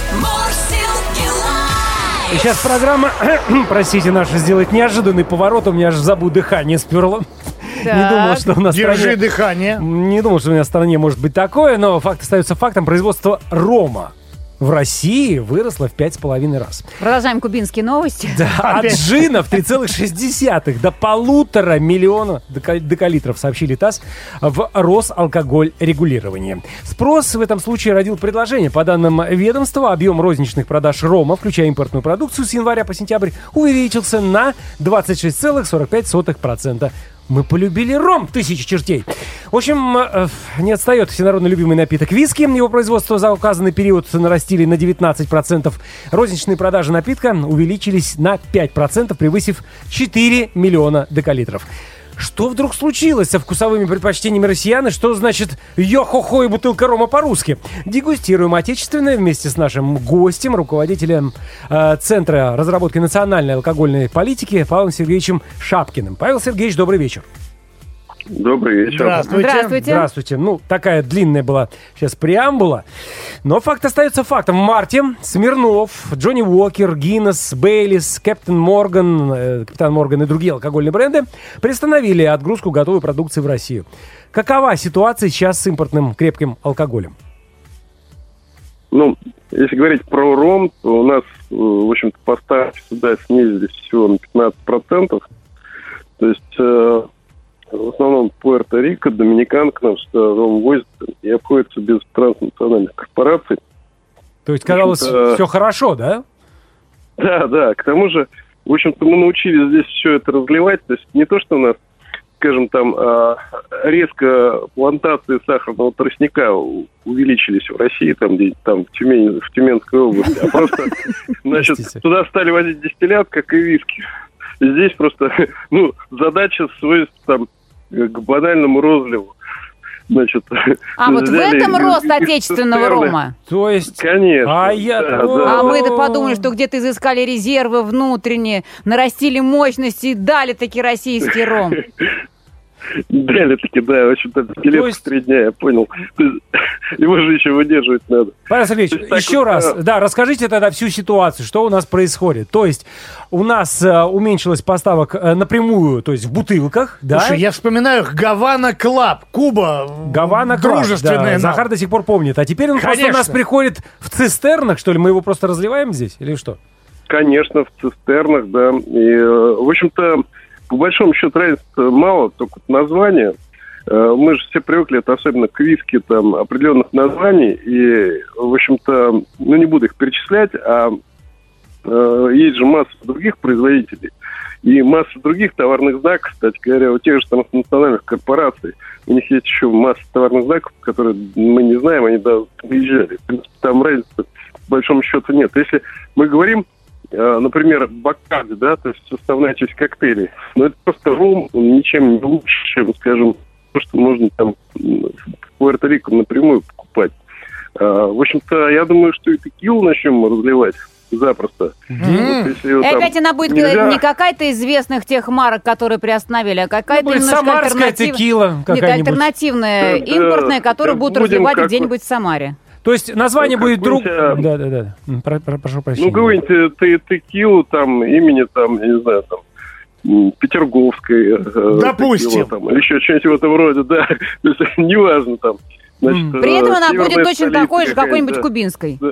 И сейчас программа, простите, наша сделает неожиданный поворот. У меня аж в забу дыхание сперло. Так. Не думал, что у нас в Держи стране... дыхание. Не думал, что у нас в стране может быть такое, но факт остается фактом. Производство рома в России выросло в пять с половиной раз. Продолжаем кубинские новости. Да, от джина в три целых шесть десятых до полутора миллиона дека- декалитров, сообщили ТАСС в Росалкогольрегулировании. Спрос в этом случае родил предложение. По данным ведомства, объем розничных продаж рома, включая импортную продукцию, с января по сентябрь увеличился на двадцать шесть целых сорок пять сотых процента. Мы полюбили ром, тысячи чертей. В общем, э, не отстает всенародно любимый напиток виски. Его производство за указанный период нарастили на девятнадцать процентов. Розничные продажи напитка увеличились на пять процентов, превысив четыре миллиона декалитров. Что вдруг случилось со вкусовыми предпочтениями россиян? И что значит «йо-хо-хо» и бутылка рома по-русски? Дегустируем отечественное вместе с нашим гостем, руководителем э, Центра разработки национальной алкогольной политики Павлом Сергеевичем Шапкиным. Павел Сергеевич, добрый вечер. Добрый вечер. Здравствуйте. Здравствуйте. Здравствуйте. Ну, такая длинная была сейчас преамбула. Но факт остается фактом. В марте Смирнов, Джонни Уокер, Гиннес, Бейлис, Кэптен Морган, э, Капитан Морган и другие алкогольные бренды приостановили отгрузку готовой продукции в Россию. Какова ситуация сейчас с импортным крепким алкоголем? Ну, если говорить про ром, то у нас, в общем-то, поставки сюда снизились всего на пятнадцать процентов. То есть... Э, в основном Пуэрто-Рико, Доминиканка нам сюда ром возят и обходится без транснациональных корпораций. То есть, казалось, все хорошо, да? Да, да, к тому же, в общем-то, мы научились здесь все это разливать. То есть не то, что у нас, скажем, там резко плантации сахарного тростника увеличились в России, там, где, там в, Тюмени, в Тюменской области, а просто, значит, туда стали возить дистиллят, как и виски. И здесь просто, ну, задача сводится там к банальному розливу. Значит, а вот в этом рост из, отечественного из рома? То есть... Конечно. А, я... да, да. а мы-то да. подумали, что где-то изыскали резервы внутренние, нарастили мощности и дали таки российский ром. Дали-таки, да, в общем-то, пилет есть... три дня, я понял. Его же еще выдерживать надо. Павел Сергеевич, еще вот, раз, а... да, расскажите тогда всю ситуацию, что у нас происходит. То есть у нас а, уменьшилось поставок а, напрямую, то есть в бутылках, да? Слушай, я вспоминаю Гавана Клаб, Куба, Гавана Клаб, дружественная. Да, Захар до сих пор помнит. А теперь он Конечно. просто у нас приходит в цистернах, что ли? Мы его просто разливаем здесь или что? Конечно, в цистернах, да. И, в общем-то, по большому счету разницы мало, только название. Мы же все привыкли, это особенно к виски, там, определенных названий. И, в общем-то, ну, не буду их перечислять, а э, есть же масса других производителей. И масса других товарных знаков, кстати говоря, у тех же транснациональных корпораций. У них есть еще масса товарных знаков, которые мы не знаем, они да, выезжали. В принципе, там разницы, по большому счету, нет. Если мы говорим, например, Бакарди, да, то есть составная часть коктейлей. Но это просто ром, он ничем не лучше, чем, скажем, то, что можно там в Пуэрто-Рико напрямую покупать. А, в общем-то, я думаю, что и текилу начнем мы разливать запросто. Mm. Вот, если вот, опять она будет нельзя... не какая-то из известных тех марок, которые приостановили, а какая-то ну, немножко самарская альтернатив... текила Нет, альтернативная, да, импортная, которую да, будут будем разливать как... где-нибудь в Самаре. То есть название ну, будет друг... А... Да, да, да. Про, про, прошу прощения. Ну, какую-нибудь ты, текилу там, имени там, я не знаю, там, Петерговской. Допустим. Текила, там, или еще что-нибудь в этом роде, да. То есть, неважно там. Значит, При этом она будет точно такой же, какой-нибудь да. кубинской. Да.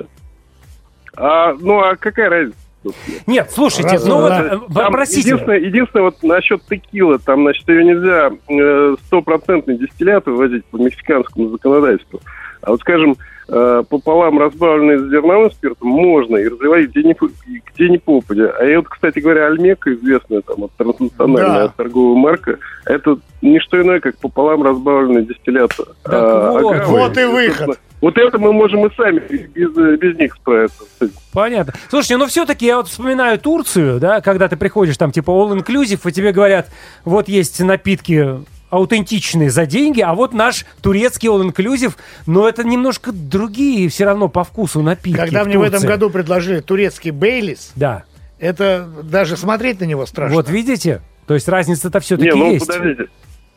А, ну, а какая разница? Нет, слушайте, Раз, ну да. вот, простите. Единственное, единственное, вот насчет текилы, там, значит, ее нельзя стопроцентный дистиллят вывозить по мексиканскому законодательству. А вот, скажем, пополам разбавленный с зерновым спиртом можно и разливать где ни, где ни попадя. А и вот, кстати говоря, Альмека, известная там от транснациональная да. торговая марка, это не что иное, как пополам разбавленный дистиллят. А, вот, вот и выход. Вот это мы можем и сами без, без них справиться. Понятно. Слушайте, ну все-таки я вот вспоминаю Турцию, да, когда ты приходишь там типа all-inclusive, и тебе говорят, вот есть напитки аутентичные за деньги, а вот наш турецкий all-inclusive, но это немножко другие все равно по вкусу напитки. Когда в мне Турции. в этом году предложили турецкий Бейлис, да. это даже смотреть на него страшно. Вот видите? То есть разница-то все-таки не, ну, есть. Подождите.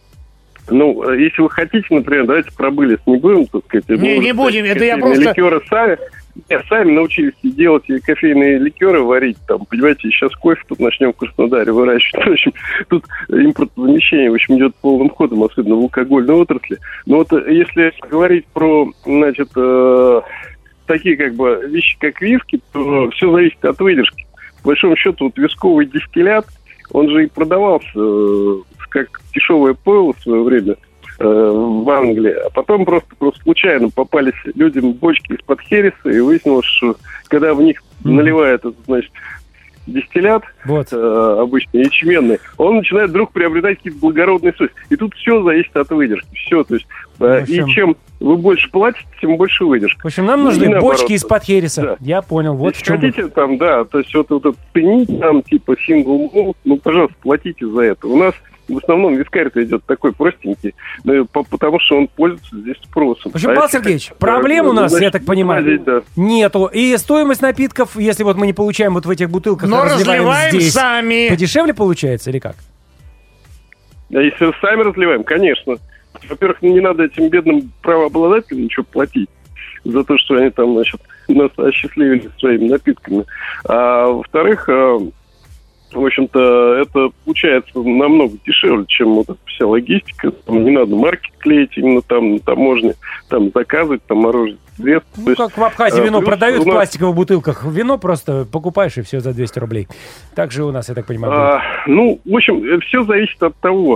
Ну, если вы хотите, например, давайте про Бейлис не будем, так сказать. Не, не будем, это я просто... Ликеры сами, нет, сами научились делать и кофейные ликеры варить, там, понимаете, сейчас кофе тут начнем в Краснодаре выращивать. В общем, тут импортозамещение, в общем, идет полным ходом, особенно в алкогольной отрасли. Но вот если говорить про, значит, э, такие как бы вещи, как виски, то все зависит от выдержки. По большому счету, вот висковый дистиллят, он же и продавался э, как дешевое пойло в свое время э, в Англии, а потом просто, просто случайно попались людям бочки из-под хереса, и выяснилось, что когда в них mm-hmm. наливают этот, значит, дистиллят, вот. э, обычный ячменный, он начинает вдруг приобретать какие-то благородные свойства. И тут все зависит от выдержки. Все, то есть, э, и чем вы больше платите, тем больше выдержка. В общем, нам нужны и бочки из-под хереса. Да. Я понял. Вот если в чем хотите, вы... там, да, то есть вот этот ценить там, типа, сингл мол, ну, пожалуйста, платите за это. У нас в основном вискарь-то идет такой простенький, потому что он пользуется здесь спросом. В общем, а Павел Сергеевич, так, проблем у нас, значит, я так понимаю, здесь, да. нету. И стоимость напитков, если вот мы не получаем вот в этих бутылках, но а разливаем, разливаем здесь, сами. Подешевле получается или как? А если сами разливаем, конечно. Во-первых, не надо этим бедным правообладателям ничего платить за то, что они там, значит, нас осчастливили своими напитками. А во-вторых, в общем-то, это получается намного дешевле, чем вот эта вся логистика. Там не надо марки клеить именно там на таможне, там заказывать, там мороженое. Ну, есть, как в Абхазии а, вино продают нас... в пластиковых бутылках. Вино просто покупаешь, и все за двести рублей. Так же у нас, я так понимаю, а, ну, в общем, все зависит от того,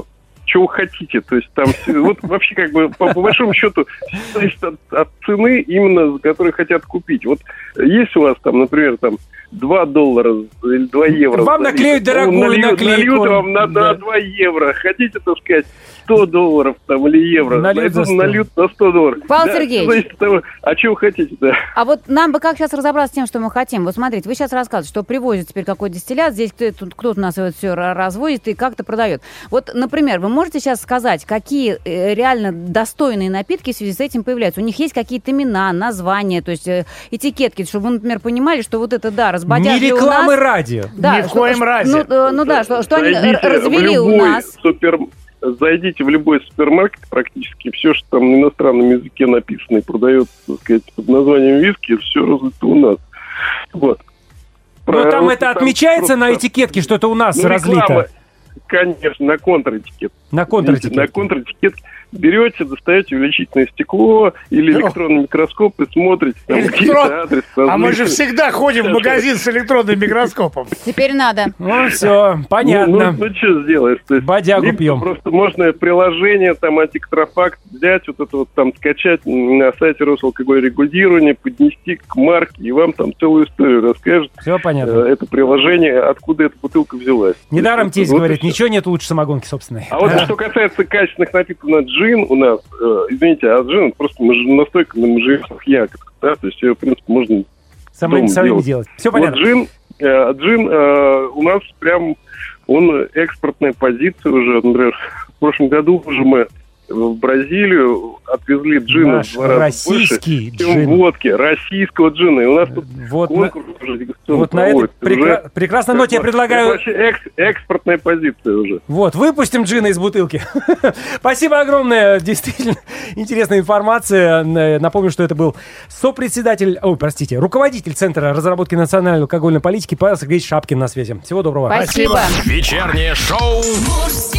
что вы хотите. То есть там все- вот вообще как бы по, по большому счету всё зависит от, от цены, именно за которую хотят купить. Вот есть у вас там, например, там два доллара или два евро. Вам за наклеют литр. дорогую Ну, нальют- наклейку. нальют вам на, Да. на два евро. Хотите, так сказать, сто долларов там или евро. Нальют за Найдут, сто. нальют на сто долларов. Павел Да, Сергеевич. всё зависит от того, а что вы хотите, да. А вот нам бы как сейчас разобраться с тем, что мы хотим? Вот смотрите, вы сейчас рассказываете, что привозят теперь какой-то дистиллят, здесь кто-то, кто-то у нас это все разводит и как-то продает. Вот, например, вы можете сейчас сказать, какие э, реально достойные напитки в связи с этим появляются? У них есть какие-то имена, названия, то есть э, этикетки, чтобы вы, например, понимали, что вот это, да, Не разбодяжили у рекламы нас. ради. Да, Ни в что- коем что- разе. Ну, э, ну да, что, что они Зайдите р- развели в у любой нас. супер... Зайдите в любой супермаркет, практически все, что там на иностранном языке написано и продается, так сказать, под названием виски, все развито у нас. Вот. Но Про- там вот это отмечается на этикетке, что это у нас Ну, разлито. реклама, конечно, на контратикет. На контратикетке. На контратикет берете, достаете увеличительное стекло или электронный микроскоп и смотрите там Электрон- какие-то адресы. А мы же различные. всегда ходим в магазин с электронным микроскопом. Теперь надо. Ну, все, Ну, понятно. ну, ну, что сделаешь? То есть, Бодягу либо пьем. Просто можно приложение, там, антиконтрафакт взять, вот это вот там скачать на сайте Росалкогольрегулирования, поднести к марке, и вам там целую историю расскажет. Все э, понятно. Это приложение, откуда эта бутылка взялась. Недаром То есть, тесть вот и говорит, всё. ничего нет лучше самогонки собственной. А вот Да. что касается качественных напитков, на джин у нас, э, извините, а джин это просто мож- настойка на можжевельных ягодах, да, то есть ее, в принципе, можно Самим дома самим делать. делать. Все Вот понятно. джин, э, джин э, у нас прям, он экспортная позиция уже, например, в прошлом году уже мы в Бразилию отвезли джина Наш в два раза российский больше, чем джин. водки, российского джина. И у нас тут Вот на, конкурс уже дегустационный вот на этой проводится. прекра- Уже прекрасной как ноте я бы- предлагаю... это вообще экс- экспортная позиция уже. Вот, выпустим джина из бутылки. Спасибо огромное, действительно интересная информация. Н- Напомню, что это был сопредседатель, ой, простите, руководитель Центра разработки национальной алкогольной политики Павел Сергеевич Шапкин на связи. Всего доброго. Спасибо. Вечернее шоу